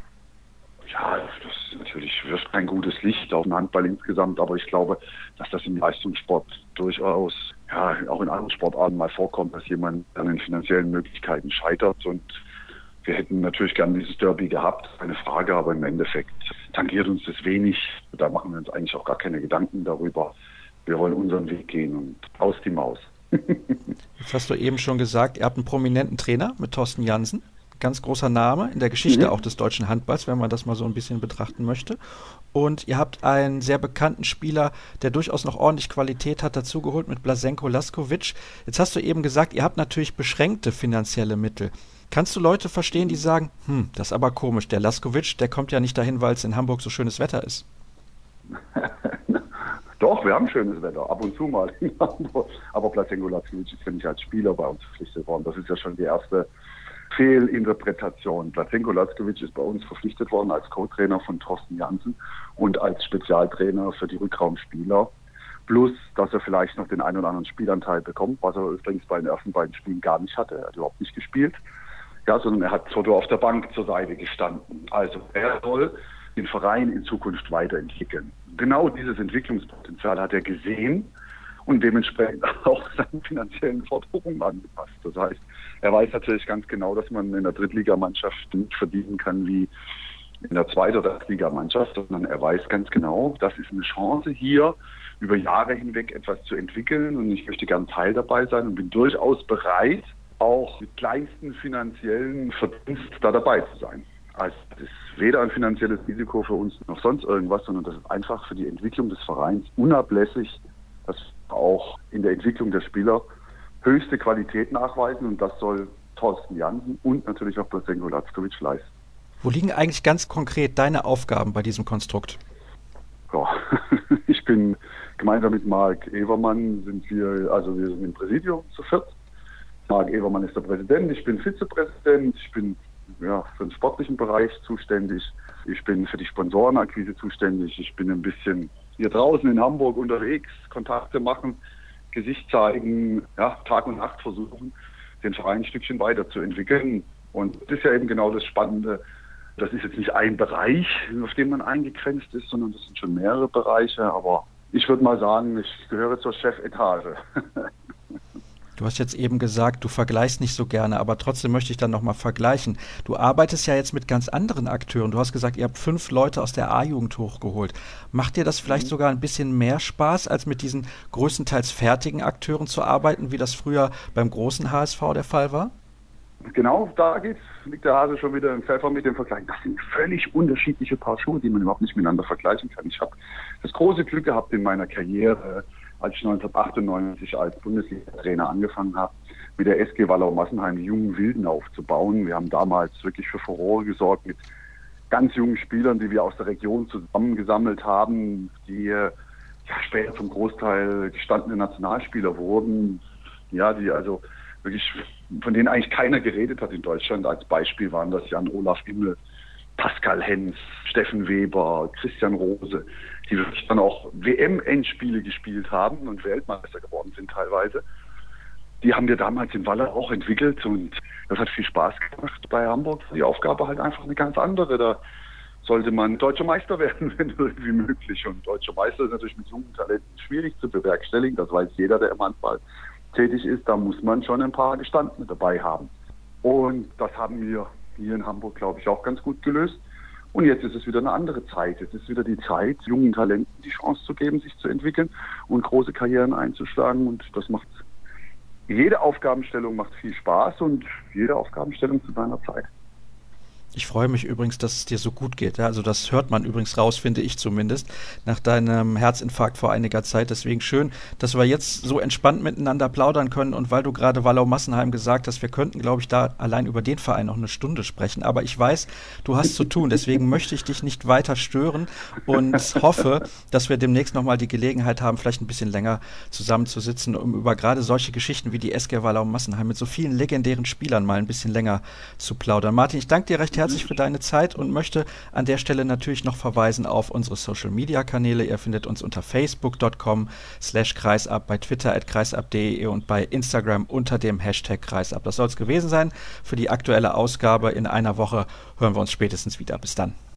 Ja, das ist natürlich wirft kein gutes Licht auf den Handball insgesamt, aber ich glaube, dass das im Leistungssport durchaus, auch in anderen Sportarten mal vorkommt, dass jemand an den finanziellen Möglichkeiten scheitert und wir hätten natürlich gerne dieses Derby gehabt, keine Frage, aber im Endeffekt tangiert uns das wenig. Da machen wir uns eigentlich auch gar keine Gedanken darüber. Wir wollen unseren Weg gehen und aus die Maus. Jetzt hast du eben schon gesagt, ihr habt einen prominenten Trainer mit Thorsten Jansen. Ganz großer Name in der Geschichte auch des deutschen Handballs, wenn man das mal so ein bisschen betrachten möchte. Und ihr habt einen sehr bekannten Spieler, der durchaus noch ordentlich Qualität hat, dazugeholt mit Blaženko Laskovic. Jetzt hast du eben gesagt, ihr habt natürlich beschränkte finanzielle Mittel. Kannst du Leute verstehen, die sagen, das ist aber komisch, der Laskovic, der kommt ja nicht dahin, weil es in Hamburg so schönes Wetter ist? Doch, wir haben schönes Wetter, ab und zu mal in Hamburg. Aber Blaženko Laskovic ist ja nicht als Spieler bei uns verpflichtet worden. Das ist ja schon die erste Fehlinterpretation. Blaženko Laskovic ist bei uns verpflichtet worden als Co-Trainer von Thorsten Jansen und als Spezialtrainer für die Rückraumspieler. Plus, dass er vielleicht noch den einen oder anderen Spielanteil bekommt, was er übrigens bei den ersten beiden Spielen gar nicht hatte. Er hat überhaupt nicht gespielt. Ja, sondern er hat so auf der Bank zur Seite gestanden. Also er soll den Verein in Zukunft weiterentwickeln. Genau dieses Entwicklungspotenzial hat er gesehen und dementsprechend auch seinen finanziellen Forderungen angepasst. Das heißt, er weiß natürlich ganz genau, dass man in der Drittligamannschaft nicht verdienen kann wie in der Zweit- oder Drittligamannschaft, sondern er weiß ganz genau, das ist eine Chance hier über Jahre hinweg etwas zu entwickeln und ich möchte gern Teil dabei sein und bin durchaus bereit, auch mit kleinsten finanziellen Verdienst da dabei zu sein. Also das ist weder ein finanzielles Risiko für uns noch sonst irgendwas, sondern das ist einfach für die Entwicklung des Vereins unablässig, dass wir auch in der Entwicklung der Spieler höchste Qualität nachweisen und das soll Thorsten Jansen und natürlich auch Blaženko Laskovic leisten. Wo liegen eigentlich ganz konkret deine Aufgaben bei diesem Konstrukt? Ja, ich bin gemeinsam mit Marc Evermann wir sind im Präsidium zu viert. Marc Evermann ist der Präsident, ich bin Vizepräsident, ich bin für den sportlichen Bereich zuständig, ich bin für die Sponsorenakquise zuständig, ich bin ein bisschen hier draußen in Hamburg unterwegs, Kontakte machen, Gesicht zeigen, Tag und Nacht versuchen, den Verein ein Stückchen weiterzuentwickeln. Und das ist ja eben genau das Spannende. Das ist jetzt nicht ein Bereich, auf den man eingegrenzt ist, sondern das sind schon mehrere Bereiche. Aber ich würde mal sagen, ich gehöre zur Chefetage. Du hast jetzt eben gesagt, du vergleichst nicht so gerne, aber trotzdem möchte ich dann nochmal vergleichen. Du arbeitest ja jetzt mit ganz anderen Akteuren. Du hast gesagt, ihr habt 5 Leute aus der A-Jugend hochgeholt. Macht dir das vielleicht sogar ein bisschen mehr Spaß, als mit diesen größtenteils fertigen Akteuren zu arbeiten, wie das früher beim großen HSV der Fall war? Genau, liegt der Hase schon wieder im Pfeffer mit dem Vergleich. Das sind völlig unterschiedliche Paar Schuhe, die man überhaupt nicht miteinander vergleichen kann. Ich habe das große Glück gehabt in meiner Karriere, als ich 1998 als Bundesliga-Trainer angefangen habe, mit der SG Wallau-Massenheim die jungen Wilden aufzubauen. Wir haben damals wirklich für Furore gesorgt mit ganz jungen Spielern, die wir aus der Region zusammengesammelt haben, die später zum Großteil gestandene Nationalspieler wurden, ja, die also wirklich, von denen eigentlich keiner geredet hat in Deutschland. Als Beispiel waren das Jan-Olaf Immel, Pascal Hens, Steffen Weber, Christian Rose, die wirklich dann auch WM-Endspiele gespielt haben und Weltmeister geworden sind teilweise. Die haben wir damals in Wallau auch entwickelt und das hat viel Spaß gemacht. Bei Hamburg war die Aufgabe halt einfach eine ganz andere. Da sollte man deutscher Meister werden, wenn irgendwie möglich. Und deutscher Meister ist natürlich mit jungen Talenten schwierig zu bewerkstelligen. Das weiß jeder, der im Handball tätig ist. Da muss man schon ein paar Gestandene dabei haben. Und das haben wir hier in Hamburg, glaube ich, auch ganz gut gelöst. Und jetzt ist es wieder eine andere Zeit. Jetzt ist wieder die Zeit, jungen Talenten die Chance zu geben, sich zu entwickeln und große Karrieren einzuschlagen. Und das macht, jede Aufgabenstellung macht viel Spaß und jede Aufgabenstellung zu seiner Zeit. Ich freue mich übrigens, dass es dir so gut geht. Ja, also das hört man übrigens raus, finde ich zumindest, nach deinem Herzinfarkt vor einiger Zeit. Deswegen schön, dass wir jetzt so entspannt miteinander plaudern können. Und weil du gerade Wallau-Massenheim gesagt hast, wir könnten, glaube ich, da allein über den Verein noch eine Stunde sprechen. Aber ich weiß, du hast zu tun. Deswegen möchte ich dich nicht weiter stören und hoffe, dass wir demnächst nochmal die Gelegenheit haben, vielleicht ein bisschen länger zusammenzusitzen, um über gerade solche Geschichten wie die SG Wallau-Massenheim mit so vielen legendären Spielern mal ein bisschen länger zu plaudern. Martin, ich danke dir recht herzlich für deine Zeit und möchte an der Stelle natürlich noch verweisen auf unsere Social-Media-Kanäle. Ihr findet uns unter facebook.com/kreisab, bei Twitter @kreisab.de und bei Instagram unter dem Hashtag Kreisab. Das soll es gewesen sein für die aktuelle Ausgabe. In einer Woche hören wir uns spätestens wieder. Bis dann.